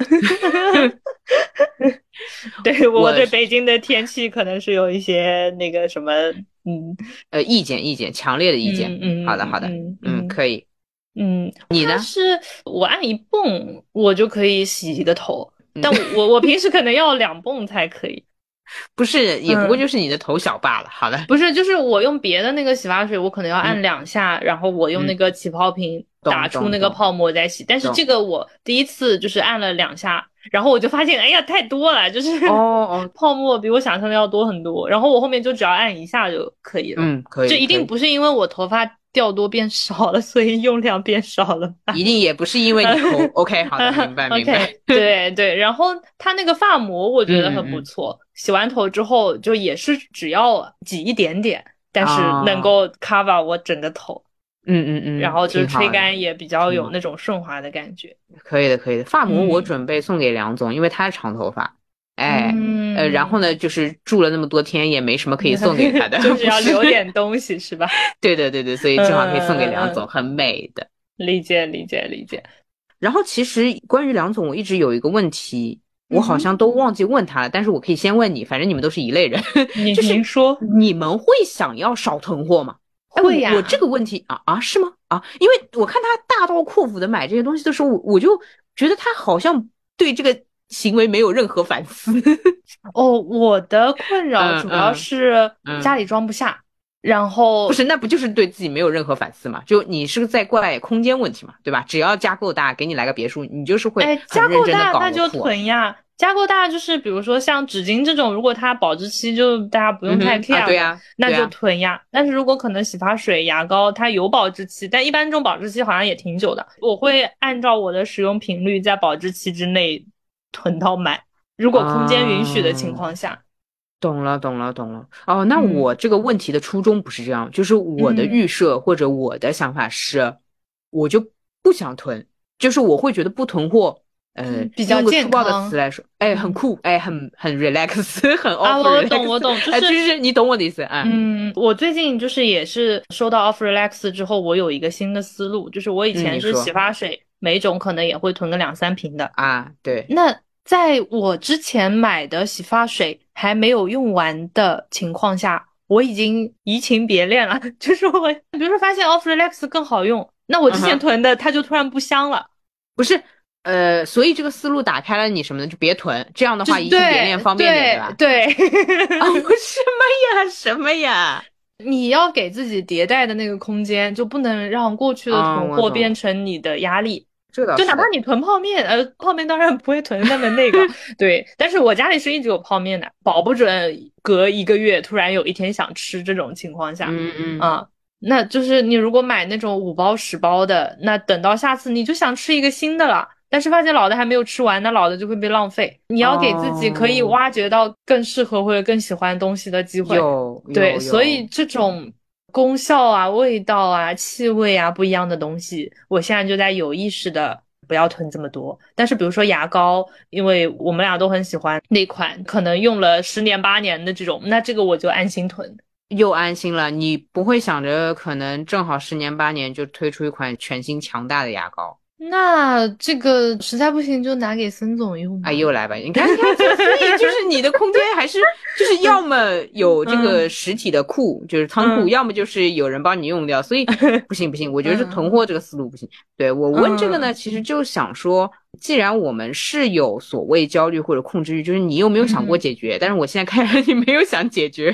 对，我对北京的天气可能是有一些那个什么， 意见，强烈的意见。好的，可以。你呢？ 是我按1泵我就可以洗一个头，但我平时可能要2泵才可以。 不是，也不过就是你的头小罢了。好的， 不是，就是我用别的那个洗发水，我可能要按2下，然后我用那个起泡瓶打出那个泡沫再洗。但是这个我第一次就是按了2下，然后我就发现，哎呀，太多了，就是泡沫比我想象的要多很多。然后我后面就只要按1下就可以了。 可以。 这一定不是因为我头发掉多变少了，所以用量变少了吧？ 一定也不是因为你头OK， 好的，明白。 对，然后它那个发膜我觉得很不错，洗完头之后就也是只要挤一点点，但是能够 cover 我整个头。然后就是吹干也比较有那种顺滑的感觉。 可以的。发膜我准备送给梁总，因为他是长头发。然后呢，就是住了那么多天，也没什么可以送给他的， 就是要留点东西是吧？ 对，所以正好可以送给梁总，很美的。 理解。 然后其实关于梁总，我一直有一个问题，我好像都忘记问他了，但是我可以先问你，反正你们都是一类人。 您说， 你们会想要少囤货吗？ 会呀。 我这个问题是吗？因为我看他大刀阔斧的买这些东西的时候，我就觉得他好像对这个行为没有任何反思。 我的困扰主要是家里装不下，然后不是，那不就是对自己没有任何反思嘛？就你是在怪空间问题嘛，对吧？只要家够大，给你来个别墅，你就是会很认真的搞。 家够大那就囤呀。家够大就是比如说像纸巾这种，如果它保质期就大家不用太 care， 对呀， 那就囤呀。但是如果可能洗发水、牙膏它有保质期，但一般这种保质期好像也挺久的，我会按照我的使用频率在保质期之内囤到满，如果空间允许的情况下。 懂了。那我这个问题的初衷不是这样，就是我的预设或者我的想法是，我就不想囤，就是我会觉得不囤货。 比较健康，用个粗暴的词来说，很酷，很 relax， 很 off relax。 我懂， 就是你懂我的意思啊。 我最近就是也是收到 off relax 之后，我有一个新的思路，就是我以前是洗发水，每种可能也会囤个2-3瓶的对。 那在我之前买的洗发水还没有用完的情况下，我已经移情别恋了，就是我比如说发现 off relax 更好用，那我之前囤的它就突然不香了。 不是。所以这个思路打开了你什么呢？就别囤，这样的话移情别恋方便点，对吧？ 对。 什么呀？ 你要给自己迭代的那个空间，就不能让过去的囤货变成你的压力。 就哪怕你囤泡面，泡面当然不会囤那么那个，对。但是我家里是一直有泡面的，保不准隔1个月突然有一天想吃，这种情况下，那就是你如果买那种5包10包的，那等到下次你就想吃一个新的了。但是发现老的还没有吃完，那老的就会被浪费。你要给自己可以挖掘到更适合或者更喜欢东西的机会。对，所以这种功效啊、味道啊、气味啊不一样的东西，我现在就在有意识的不要囤这么多。但是比如说牙膏，因为我们俩都很喜欢那款，可能用了10年8年的这种，那这个我就安心囤。 又安心了，你不会想着可能正好10年8年就推出一款全新强大的牙膏。 那这个实在不行就拿给孙总用吧。 又来吧，你看，所以就是你的空间还是就是要么有这个实体的库，就是仓库，要么就是有人帮你用掉，所以不行，我觉得是囤货这个思路不行。对，我问这个呢，其实就想说，既然我们是有所谓焦虑或者控制欲，就是你又没有想过解决，但是我现在看来你没有想解决。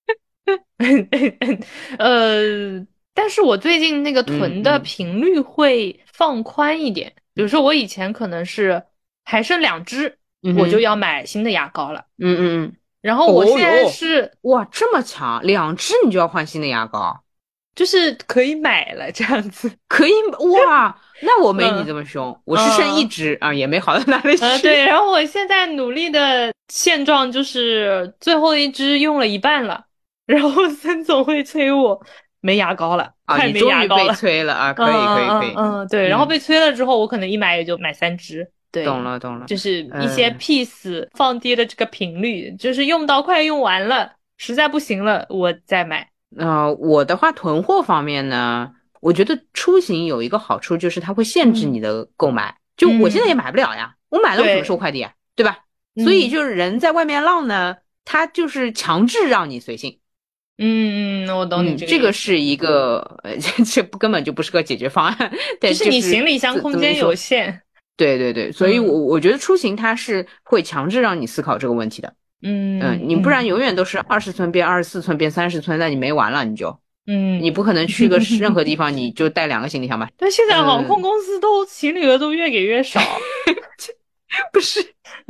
但是我最近那个囤的频率会放宽一点，比如说我以前可能是还剩2支，我就要买新的牙膏了。然后我现在是哇这么强，2支你就要换新的牙膏。 就是可以买了这样子。 可以哇，那我没你这么凶，我是剩一只啊，也没好到哪里去。 对，然后我现在努力的现状就是最后一只用了一半了，然后森总会催我没牙膏了，快没牙膏了。 你终于被催了啊！可以， 对，然后被催了之后，我可能一买也就买3只。对， 懂了， 就是一些 piece 放低了这个频率，就是用到快用完了，实在不行了我再买。 我的话囤货方面呢，我觉得出行有一个好处就是它会限制你的购买，就我现在也买不了呀，我买了我怎么收快递啊，对吧？所以就是人在外面浪呢，他就是强制让你随性。 我懂你这个是一个这根本就不是个解决方案， 就是你行李箱空间有限。 对，所以我觉得出行它是会强制让你思考这个问题的。你不然永远都是20寸变24寸变30寸，那你没完了，你不可能去个任何地方你就带2个行李箱吧？ 但现在航空公司都行李额都越给越少。 不是，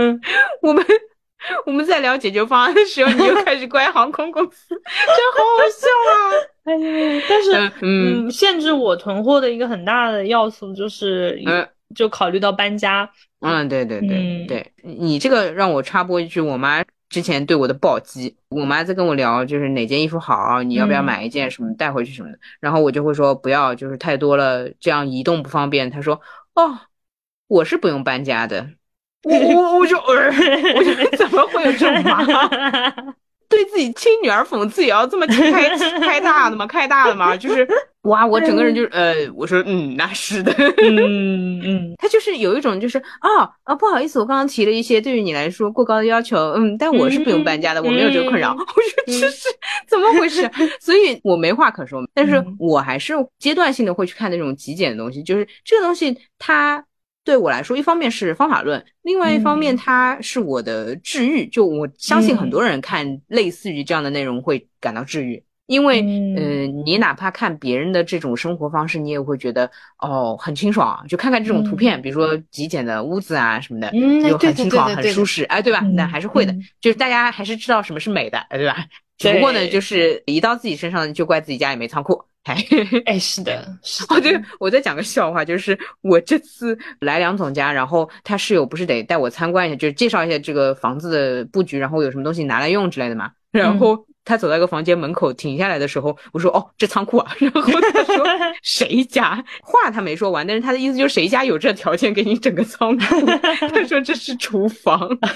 我们在聊解决方案的时候，你又开始怪航空公司，真好好笑啊！ 哎呀，但是限制我囤货的一个很大的要素就是就考虑到搬家。 对，你这个让我插播一句，我妈之前对我的暴击，我妈在跟我聊就是哪件衣服好，你要不要买一件什么带回去什么的，然后我就会说不要，就是太多了，这样移动不方便。她说我是不用搬家的。我就怎么会有这种妈对自己亲女儿讽刺也要这么开大的吗？就是哇，我整个人就是我说那是的。他就是有一种就是不好意思，我刚刚提了一些对于你来说过高的要求，但我是不用搬家的，我没有这个困扰。我说这是怎么回事？所以我没话可说，但是我还是阶段性的会去看那种极简的东西，就是这个东西它对我来说，一方面是方法论，另外一方面它是我的治愈。就我相信很多人看类似于这样的内容会感到治愈，因为你哪怕看别人的这种生活方式，你也会觉得很清爽。就看看这种图片，比如说极简的屋子啊什么的，就很清爽很舒适，对吧？那还是会的，就是大家还是知道什么是美的，对吧？只不过呢，就是移到自己身上就怪自己家也没仓库。 是的。 我再讲个笑话，就是我这次来梁总家，然后他室友不是得带我参观一下，就是介绍一下这个房子的布局，然后有什么东西拿来用之类的嘛。然后他走到一个房间门口停下来的时候，我说这仓库啊。然后他说谁家？话他没说完，但是他的意思就是谁家有这条件给你整个仓库？他说这是厨房。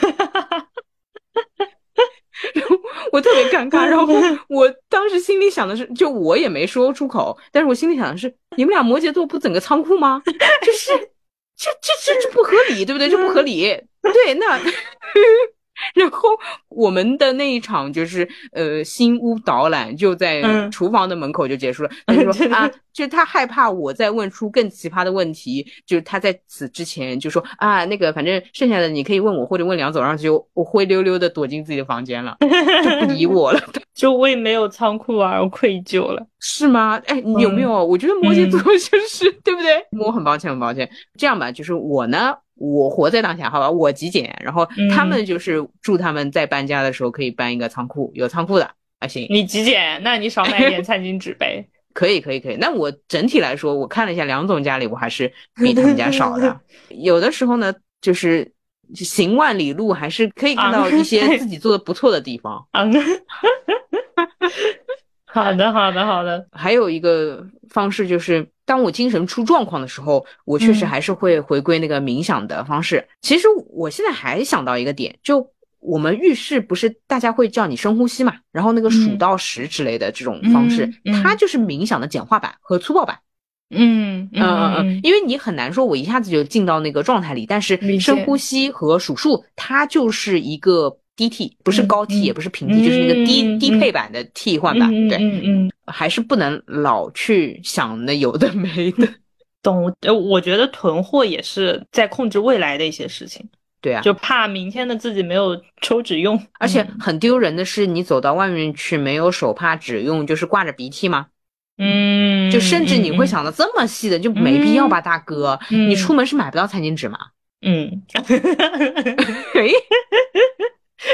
然后我特别尴尬，然后我当时心里想的是，就我也没说出口，但是我心里想的是，你们俩摩羯座不整个仓库吗？就是这不合理，对不对？这不合理。对，那然后我们的那一场就是新屋导览就在厨房的门口就结束了。他就说就是他害怕我再问出更奇葩的问题，就是他在此之前就说那个反正剩下的你可以问我或者问梁总，然后就我灰溜溜的躲进自己的房间了，就不理我了。 就我也没有仓库而愧疚了。 是吗？你有没有我觉得摩羯座就是对不对？我很抱歉。这样吧，就是我呢我活在当下，好吧，我极简，然后他们就是祝他们在搬家的时候可以搬一个仓库，有仓库的行。 你极简，那你少买一点餐巾纸呗。 可以。那我整体来说，我看了一下梁总家里，我还是比他们家少的。有的时候呢，就是行万里路，还是可以看到一些自己做的不错的地方。 好的。 还有一个方式就是，当我精神出状况的时候，我确实还是会回归那个冥想的方式。其实我现在还想到一个点，就我们浴室不是大家会叫你深呼吸嘛，然后那个数到10之类的这种方式，它就是冥想的简化版和粗暴版。因为你很难说我一下子就进到那个状态里，但是深呼吸和数数它就是一个低替，不是高替也不是平替，就是那个低配版的替换版。对，还是不能老去想那有的没的。 懂。我觉得囤货也是在控制未来的一些事情。 对啊， 就怕明天的自己没有抽纸用。 而且很丢人的是，你走到外面去没有手帕纸用，就是挂着鼻涕吗？就甚至你会想到这么细的，就没必要吧，大哥。你出门是买不到餐巾纸吗？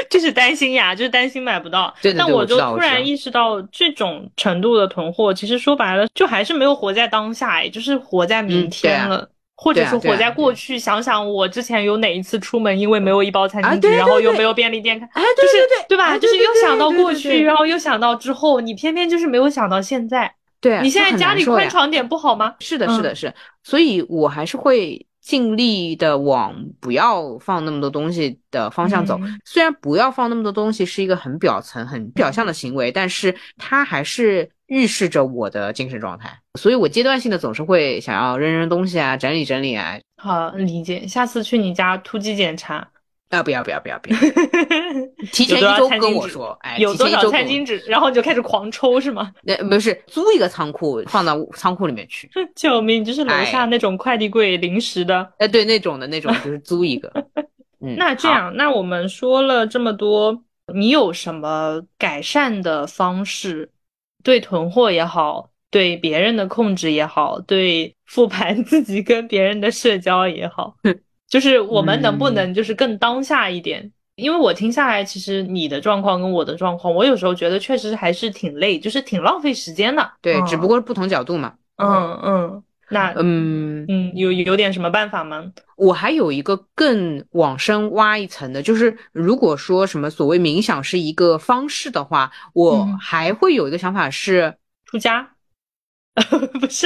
就是担心呀，就是担心买不到。 对对对， 但我就突然意识到，这种程度的囤货，其实说白了，就还是没有活在当下，也就是活在明天了。或者说活在过去，想想我之前有哪一次出门，因为没有一包餐巾纸，然后又没有便利店看，对吧？就是又想到过去，然后又想到之后，你偏偏就是没有想到现在。 对， 你现在家里宽敞点不好吗？ 是的，是的，是。所以我还是会尽力的往不要放那么多东西的方向走。虽然不要放那么多东西是一个很表层、很表象的行为，但是它还是预示着我的精神状态。所以我阶段性的总是会想要扔东西啊，整理整理啊。 好，理解。下次去你家突击检查。 不要提前1周跟我说， 有多少餐巾纸，然后你就开始狂抽是吗？ 不是，租一个仓库放到仓库里面去。 救命，就是楼下那种快递柜临时的。 对，那种就是租一个。 那这样，那我们说了这么多，你有什么改善的方式？对囤货也好，对别人的控制也好，对复盘自己跟别人的社交也好。就是我们能不能就是更当下一点？因为我听下来，其实你的状况跟我的状况，我有时候觉得确实还是挺累，就是挺浪费时间的。 对，只不过是不同角度嘛。 那有点什么办法吗？ 我还有一个更往深挖一层的，就是如果说什么所谓冥想是一个方式的话，我还会有一个想法是出家。不是。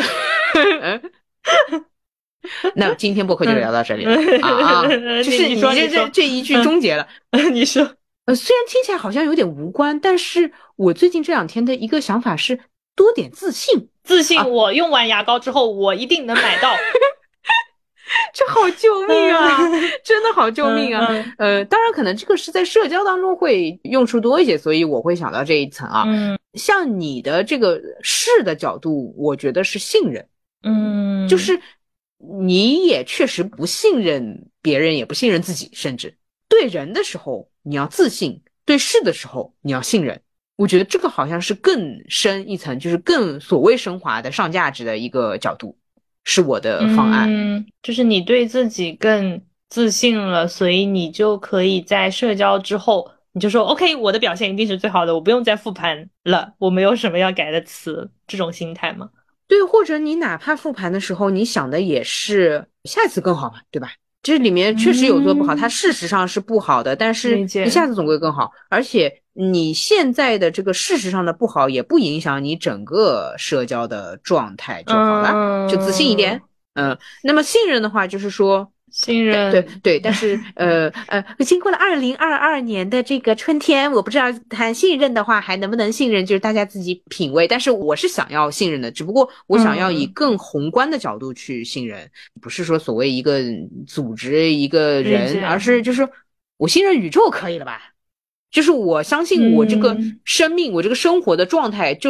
那今天播客就聊到这里了就是你这一句终结了。 你说， 虽然听起来好像有点无关，但是我最近这2天的一个想法是多点自信。 我用完牙膏之后，我一定能买到。 这好救命啊！真的好救命啊！当然可能这个是在社交当中会用处多一些，所以我会想到这一层啊。像你的这个事的角度，我觉得是信任。就是你也确实不信任别人，也不信任自己，甚至对人的时候你要自信，对事的时候你要信任。我觉得这个好像是更深一层，就是更所谓升华的上价值的一个角度，是我的方案。 就是你对自己更自信了，所以你就可以在社交之后，你就说 OK， 我的表现一定是最好的，我不用再复盘了，我没有什么要改的词，这种心态吗？ 对，或者你哪怕复盘的时候，你想的也是下次更好嘛，对吧？这里面确实有做不好，它事实上是不好的，但是你下次总归更好。而且你现在的这个事实上的不好，也不影响你整个社交的状态就好了，就自信一点。那么信任的话，就是说信任， 对，但是经过了2022年的这个春天，我不知道谈信任的话还能不能信任，就是大家自己品味。但是我是想要信任的，只不过我想要以更宏观的角度去信任，不是说所谓一个组织一个人，而是就是我信任宇宙可以了吧？就是我相信我这个生命，我这个生活的状态就是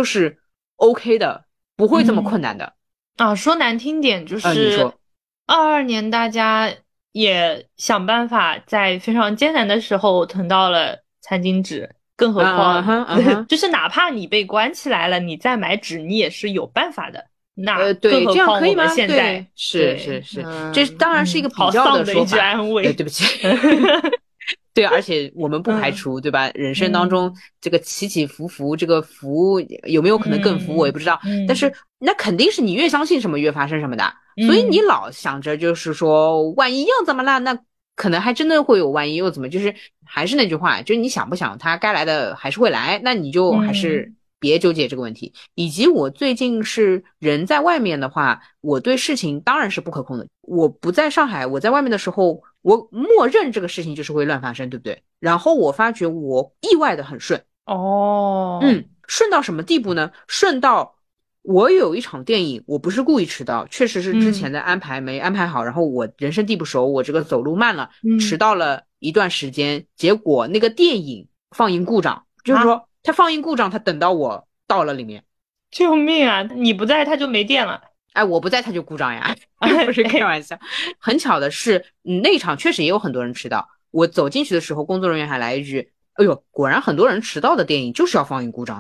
OK 的，不会这么困难的。 说难听点就是22年大家也想办法在非常艰难的时候囤到了餐巾纸，更何况就是哪怕你被关起来了，你再买纸你也是有办法的。那对，这样可以吗？ 现在是，这当然是一个比较的说法。 安慰， 对不起。对，而且我们不排除，对吧？人生当中这个起起伏伏，这个福有没有可能更福，我也不知道。但是那肯定是你越相信什么越发生什么的。所以你老想着就是说，万一又怎么了？那可能还真的会有万一又怎么？就是还是那句话，就是你想不想，它该来的还是会来。那你就还是别纠结这个问题。以及我最近是人在外面的话，我对事情当然是不可控的。我不在上海，我在外面的时候，我默认这个事情就是会乱发生，对不对？然后我发觉我意外的很顺。顺到什么地步呢？顺到我有一场电影，我不是故意迟到，确实是之前的安排没安排好，然后我人生地不熟，我这个走路慢了，迟到了一段时间，结果那个电影放映故障，就是说它放映故障，它等到我到了里面。 救命啊！你不在它就没电了。 我不在它就故障呀。不是开玩笑。很巧的是那场确实也有很多人迟到，我走进去的时候工作人员还来一句，哎呦，果然很多人迟到的电影就是要放映故障的。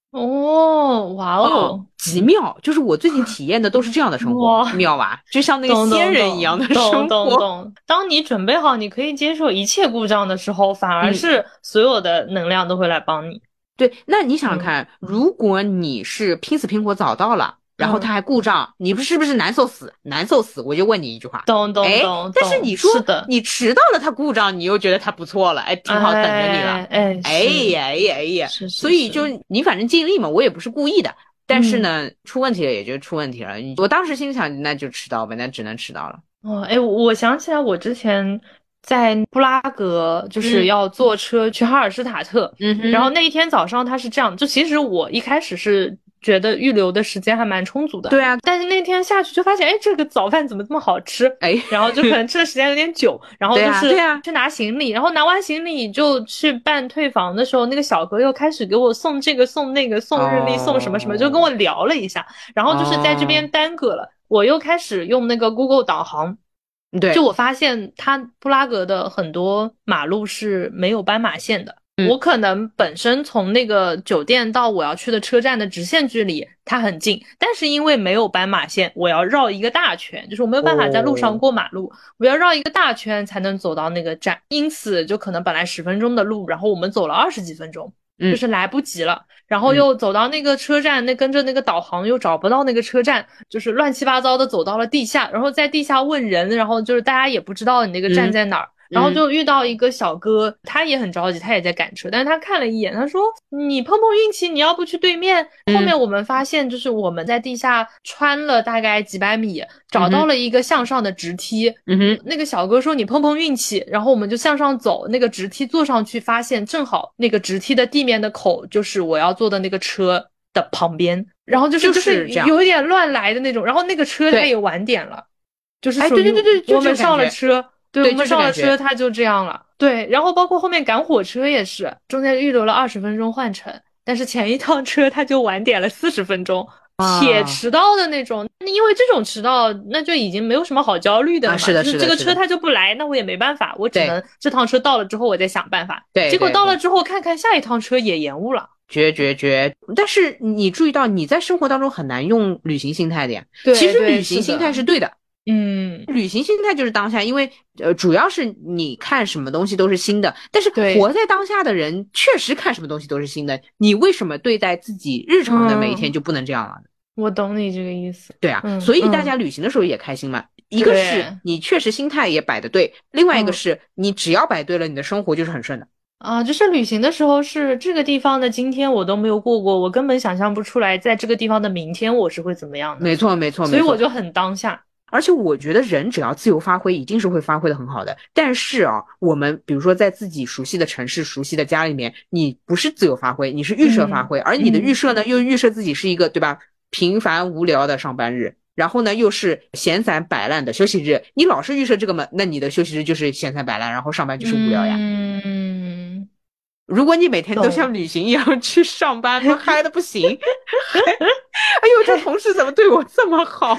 哦，哇哦， 极妙！就是我最近体验的都是这样的生活，妙吧？就像那个仙人一样的生活。 懂。当你准备好，你可以接受一切故障的时候，反而是所有的能量都会来帮你。 对，那你想想看，如果你是拼死拼活找到了，然后它还故障，你是不是难受死？难受死！我就问你一句话， 懂。 但是你说你迟到了，它故障，你又觉得它不错了，挺好，等着你了。哎呀，所以就你反正尽力嘛，我也不是故意的，但是呢，出问题了也就出问题了。我当时心想，那就迟到呗，那只能迟到了。 我想起来，我之前在布拉格就是要坐车去哈尔施塔特，然后那一天早上他是这样，就其实我一开始是觉得预留的时间还蛮充足的， 对啊， 但是那天下去就发现，这个早饭怎么这么好吃？然后就可能吃的时间有点久，然后就是去拿行李，然后拿完行李就去办退房的时候，那个小哥又开始给我送这个送那个送日历送什么什么，就跟我聊了一下，然后就是在这边耽搁了。我又开始用那个 Google 导航， 对， 就我发现它布拉格的很多马路是没有斑马线的。我可能本身从那个酒店到我要去的车站的直线距离它很近，但是因为没有斑马线，我要绕一个大圈，就是我没有办法在路上过马路，我要绕一个大圈才能走到那个站，因此就可能本来10分钟的路，然后我们走了20几分钟。就是来不及了，然后又走到那个车站，那跟着那个导航又找不到那个车站，就是乱七八糟的走到了地下，然后在地下问人，然后就是大家也不知道你那个站在哪儿。然后就遇到一个小哥，他也很着急，他也在赶车，但是他看了一眼，他说你碰碰运气，你要不去对面。后面我们发现就是我们在地下穿了大概几百米，找到了一个向上的直梯。那个小哥说你碰碰运气，然后我们就向上走，那个直梯坐上去，发现正好那个直梯的地面的口就是我要坐的那个车的旁边，然后就是有一点乱来的那种，然后那个车它也晚点了，就是属于我们上了车。对，我们上了车，他就这样了。对，然后包括后面赶火车也是，中间预留了20分钟换乘，但是前一趟车他就晚点了40分钟，铁迟到的那种。因为这种迟到，那就已经没有什么好焦虑的了嘛。 是的， 就是这个车他就不来，那我也没办法，我只能这趟车到了之后我再想办法。结果到了之后，看看下一趟车也延误了。 绝！但是你注意到你在生活当中很难用旅行心态的呀。其实旅行心态是对的。旅行心态就是当下，因为主要是你看什么东西都是新的，但是活在当下的人确实看什么东西都是新的。你为什么对待自己日常的每一天就不能这样了？ 我懂你这个意思。 对啊，所以大家旅行的时候也开心嘛。一个是你确实心态也摆得对，另外一个是你只要摆对了，你的生活就是很顺的。 就是旅行的时候是这个地方的今天我都没有过过，我根本想象不出来在这个地方的明天我是会怎么样的。 没错， 所以我就很当下。 而且我觉得人只要自由发挥，一定是会发挥的很好的。但是我们比如说在自己熟悉的城市、熟悉的家里面，你不是自由发挥，你是预设发挥，而你的预设呢，又预设自己是一个，对吧？平凡无聊的上班日，然后呢又是闲散摆烂的休息日。你老是预设这个嘛，那你的休息日就是闲散摆烂，然后上班就是无聊呀。如果你每天都像旅行一样去上班，那嗨的不行。哎呦，这同事怎么对我这么好？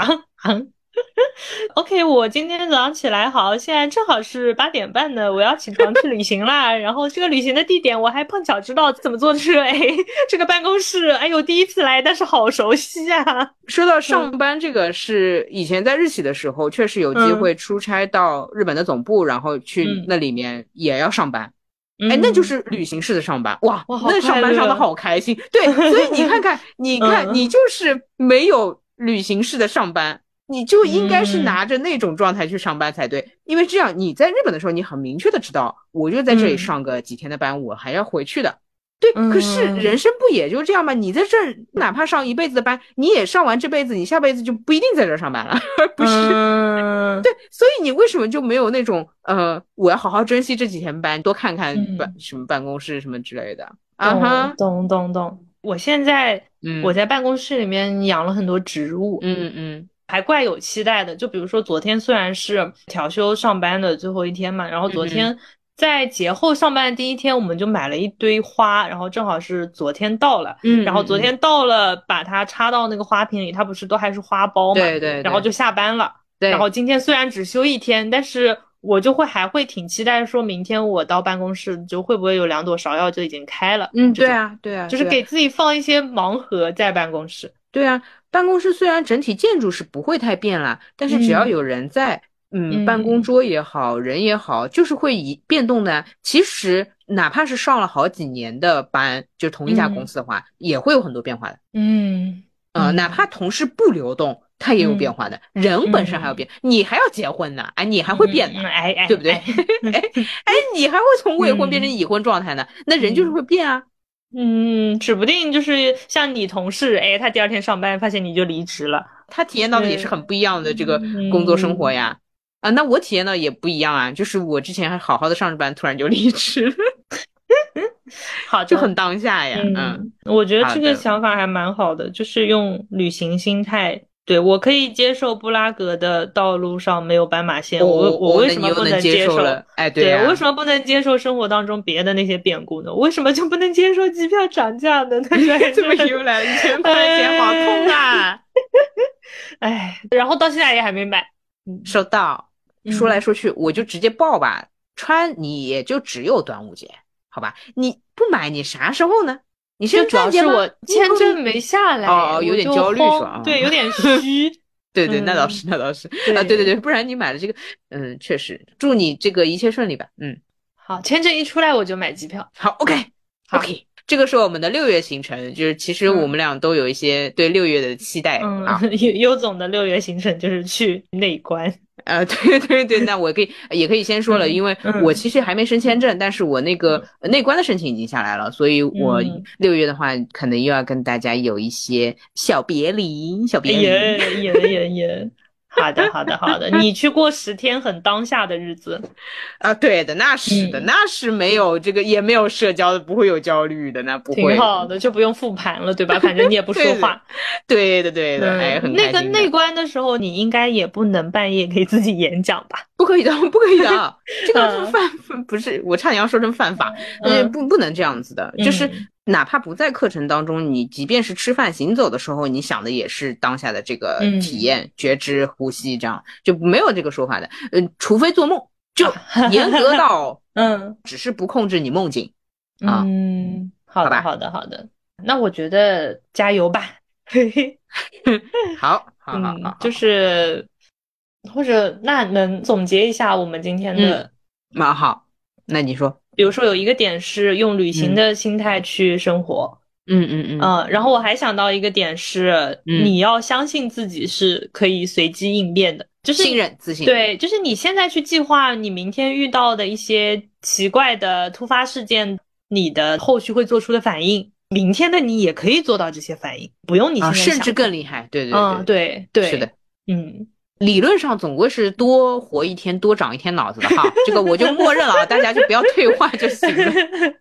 OK， 我今天早上起来好，现在正好是8点半呢，我要起床去旅行啦。然后这个旅行的地点我还碰巧知道怎么坐车。这个办公室，哎呦，第一次来，但是好熟悉啊。 说到上班，这个是以前在日企的时候，确实有机会出差到日本的总部，然后去那里面也要上班。那就是旅行式的上班。哇，那上班上的好开心。对，所以你看看，你就是没有旅行式的上班，你就应该是拿着那种状态去上班才对。因为这样你在日本的时候，你很明确的知道，我就在这里上个几天的班，我还要回去的。对，可是人生不也就这样吗？你在这儿哪怕上一辈子的班，你也上完这辈子，你下辈子就不一定在这儿上班了，不是？对，所以你为什么就没有那种我要好好珍惜这几天班，多看看什么办公室什么之类的？ 懂。我现在我在办公室里面养了很多植物，还怪有期待的。就比如说昨天虽然是调休上班的最后一天嘛，然后昨天在节后上班的第一天，我们就买了一堆花，然后正好是昨天到了，然后昨天到了，把它插到那个花瓶里，它不是都还是花苞嘛， 对， 然后就下班了。然后今天虽然只休一天，但是我就还会挺期待说明天我到办公室就会不会有2朵芍药就已经开了。 对啊对啊， 就是给自己放一些盲盒在办公室。 对啊，办公室虽然整体建筑是不会太变啦，但是只要有人在，办公桌也好，人也好，就是会变动的。其实哪怕是上了好几年的班，就同一家公司的话，也会有很多变化的。哪怕同事不流动，它也有变化的。人本身还要变，你还要结婚呢，你还会变呢，对不对？你还会从未婚变成已婚状态呢，那人就是会变啊。 指不定就是像你同事，他第2天上班发现你就离职了， 他体验到的也是很不一样的这个工作生活呀。那我体验到也不一样啊，就是我之前还好好的上着班，突然就离职了。 好的， 就很当下呀。 我觉得这个想法还蛮好的，就是用旅行心态。对，我可以接受布拉格的道路上没有斑马线，我为什么不能接受？ 对我为什么不能接受生活当中别的那些变故呢？为什么就不能接受机票涨价呢？ 怎么又来了1000块钱，好痛啊！ 然后到现在也还没买。 收到。说来说去，我就直接报吧，穿你也就只有端午节，好吧？你不买你啥时候呢？你就主要是我签证没下来， 有点焦虑是吧？ 对，有点虚。 对，那倒是对，不然你买了这个，确实，祝你这个一切顺利吧。 好，签证一出来我就买机票。 好 ，OK，这个是我们的6月行程，就是其实我们俩都有一些对6月的期待。 尤总的6月行程就是去内关。 对，那我也可以先说了，因为我其实还没申签证，但是我那个内关的申请已经下来了，所以我6月的话可能又要跟大家有一些小别离。 好的，你去过10天很当下的日子啊？对的，那是的，那是没有这个也没有社交的，不会有焦虑的，那不会。 挺好的，就不用复盘了，对吧？反正你也不说话。 对的，很开心。 那个内关的时候，你应该也不能半夜给自己演讲吧？ 不可以的，这个不是，我差点要说成犯法，不能这样子的，就是哪怕不在课程当中，你即便是吃饭行走的时候，你想的也是当下的这个体验、觉知、呼吸，这样就没有这个说法的。除非做梦，就严格到只是不控制你梦境啊。 好的，那我觉得加油吧。 好， 就是或者那能总结一下我们今天的。 蛮好，那你说， 比如说有一个点是用旅行的心态去生活。然后我还想到一个点是，你要相信自己是可以随机应变的，就是信任自信。 对，就是你现在去计划你明天遇到的一些奇怪的突发事件，你的后续会做出的反应，明天的你也可以做到这些反应，不用你现在想， 甚至更厉害。对， 对， 是的，理论上总归是多活一天，多长一天脑子的哈，这个我就默认了啊，大家就不要退化就行了。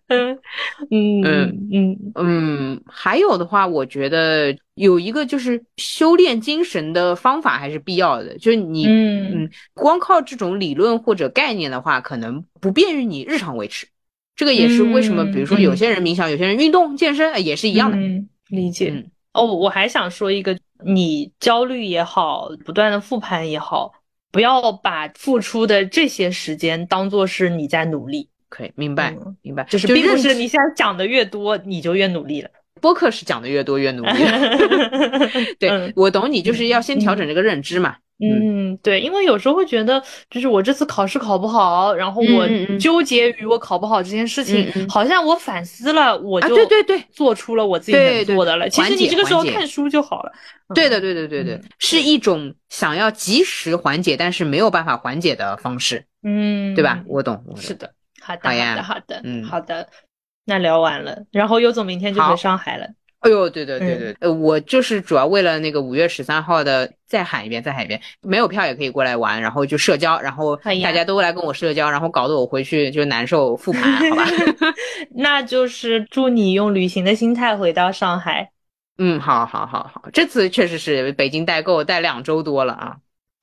还有的话，我觉得有一个就是修炼精神的方法还是必要的，就是你光靠这种理论或者概念的话，可能不便于你日常维持。这个也是为什么，比如说有些人冥想，有些人运动健身，也是一样的。 理解。我还想说一个，你焦虑也好，不断的复盘也好，不要把付出的这些时间当作是你在努力。 可以，明白。 就是并不是你现在讲的越多，你就越努力了。 播客是讲的越多越努力。对，我懂你，就是要先调整这个认知嘛。 对，因为有时候会觉得，就是我这次考试考不好，然后我纠结于我考不好这件事情，好像我反思了，我就对做出了我自己能做的了。其实你这个时候看书就好了。 对，是一种想要及时缓解，但是没有办法缓解的方式。对吧？我懂。 是的，好的。那聊完了，然后尤总明天就回上海了。 哎呦，对，我就是主要为了那个5月13号的再喊一遍，没有票也可以过来玩，然后就社交，然后大家都来跟我社交，然后搞得我回去就难受复盘，好吧？ 那就是祝你用旅行的心态回到上海。 好，这次确实是北京待够待2周多了啊。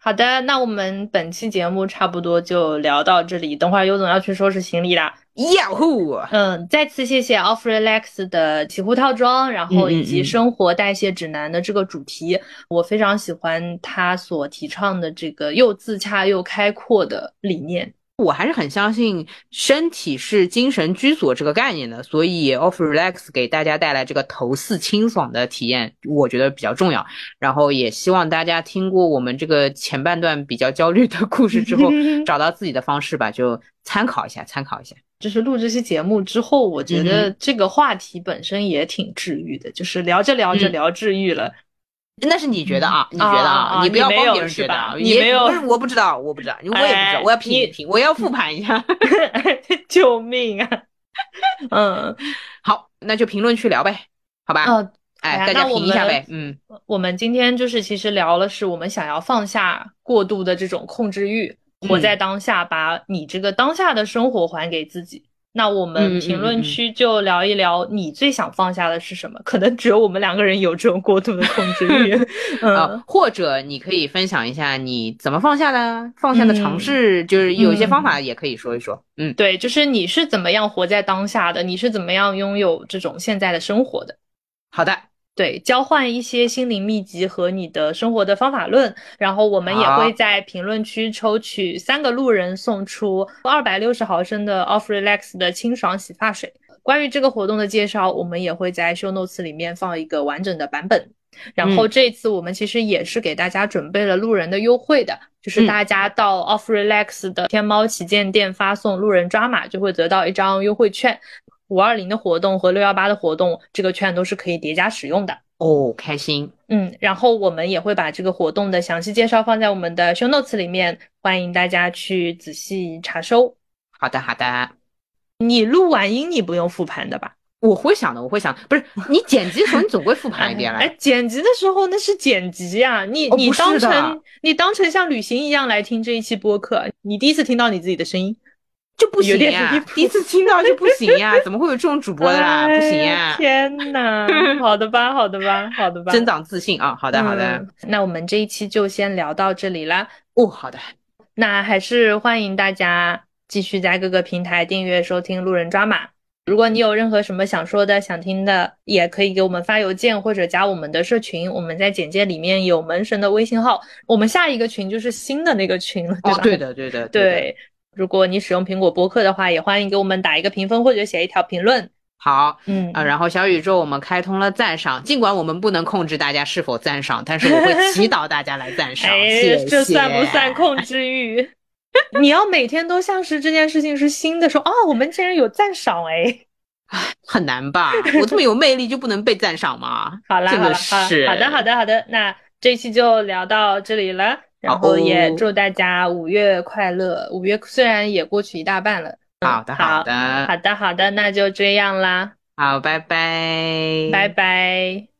好的，那我们本期节目差不多就聊到这里，等会儿尤总要去收拾行李啦。 呀呼！ 再次谢谢 Off Relax 的洗护套装，然后以及生活代谢指南的这个主题，我非常喜欢他所提倡的这个又自洽又开阔的理念。 我还是很相信身体是精神居所这个概念的，所以 Off Relax 给大家带来这个头似清爽的体验，我觉得比较重要。然后也希望大家听过我们这个前半段比较焦虑的故事之后，找到自己的方式吧，就参考一下。 就是录这期节目之后，我觉得这个话题本身也挺治愈的，就是聊着聊治愈了。 那是你觉得啊，你觉得啊，你不要帮别人觉得啊， 你没有， 不是我不知道，我也不知道，我要品一品，我要复盘一下。 救命啊！ 好，那就评论区聊呗，好吧？大家评一下呗。 我们今天就是其实聊了是我们想要放下过度的这种控制欲，活在当下，把你这个当下的生活还给自己。那我们评论区就聊一聊你最想放下的是什么？可能只有我们2个人有这种过度的控制欲。 或者你可以分享一下你怎么放下的，放下的尝试，就是有一些方法也可以说一说。 对，就是你是怎么样活在当下的，你是怎么样拥有这种现在的生活的。 好的。 对，交换一些心灵秘籍和你的生活的方法论，然后我们也会在评论区抽取3个路人送出260毫升的 Off Relax 的清爽洗发水。关于这个活动的介绍，我们也会在 show notes 里面放一个完整的版本。然后这次我们其实也是给大家准备了路人的优惠的，就是大家到 Off Relax 的天猫旗舰店发送路人抓码，就会得到1张优惠券。520的活动和618的活动，这个券都是可以叠加使用的哦，开心。 然后我们也会把这个活动的详细介绍放在我们的 show notes 里面，欢迎大家去仔细查收。 好的。 你录完音你不用复盘的吧？ 我会想的，不是你剪辑的时候你总会复盘一遍啦。 剪辑的时候那是剪辑呀，你当成像旅行一样来听这一期播客，你第一次听到你自己的声音。 就不行呀，第一次听到就不行呀，怎么会有这种主播的啦？不行呀！ 天哪，好的吧， 增长自信啊！好的。 那我们这一期就先聊到这里啦。 好的。 那还是欢迎大家继续在各个平台订阅收听路人抓马。如果你有任何什么想说的、想听的，也可以给我们发邮件或者加我们的社群，我们在简介里面有门神的微信号。我们下一个群就是新的那个群了，对吧？对。如果你使用苹果播客的话，也欢迎给我们打一个评分或者写一条评论。 好，然后小宇宙我们开通了赞赏，尽管我们不能控制大家是否赞赏，但是我会祈祷大家来赞赏。谢谢。 这算不算控制欲？你要每天都像是这件事情是新的说我们竟然有赞赏很难吧？我这么有魅力就不能被赞赏吗？ 好的，那这期就聊到这里了。然后也祝大家5月快乐。5月虽然也过去一大半了。 好的， 那就这样啦。 好，拜拜。 拜拜。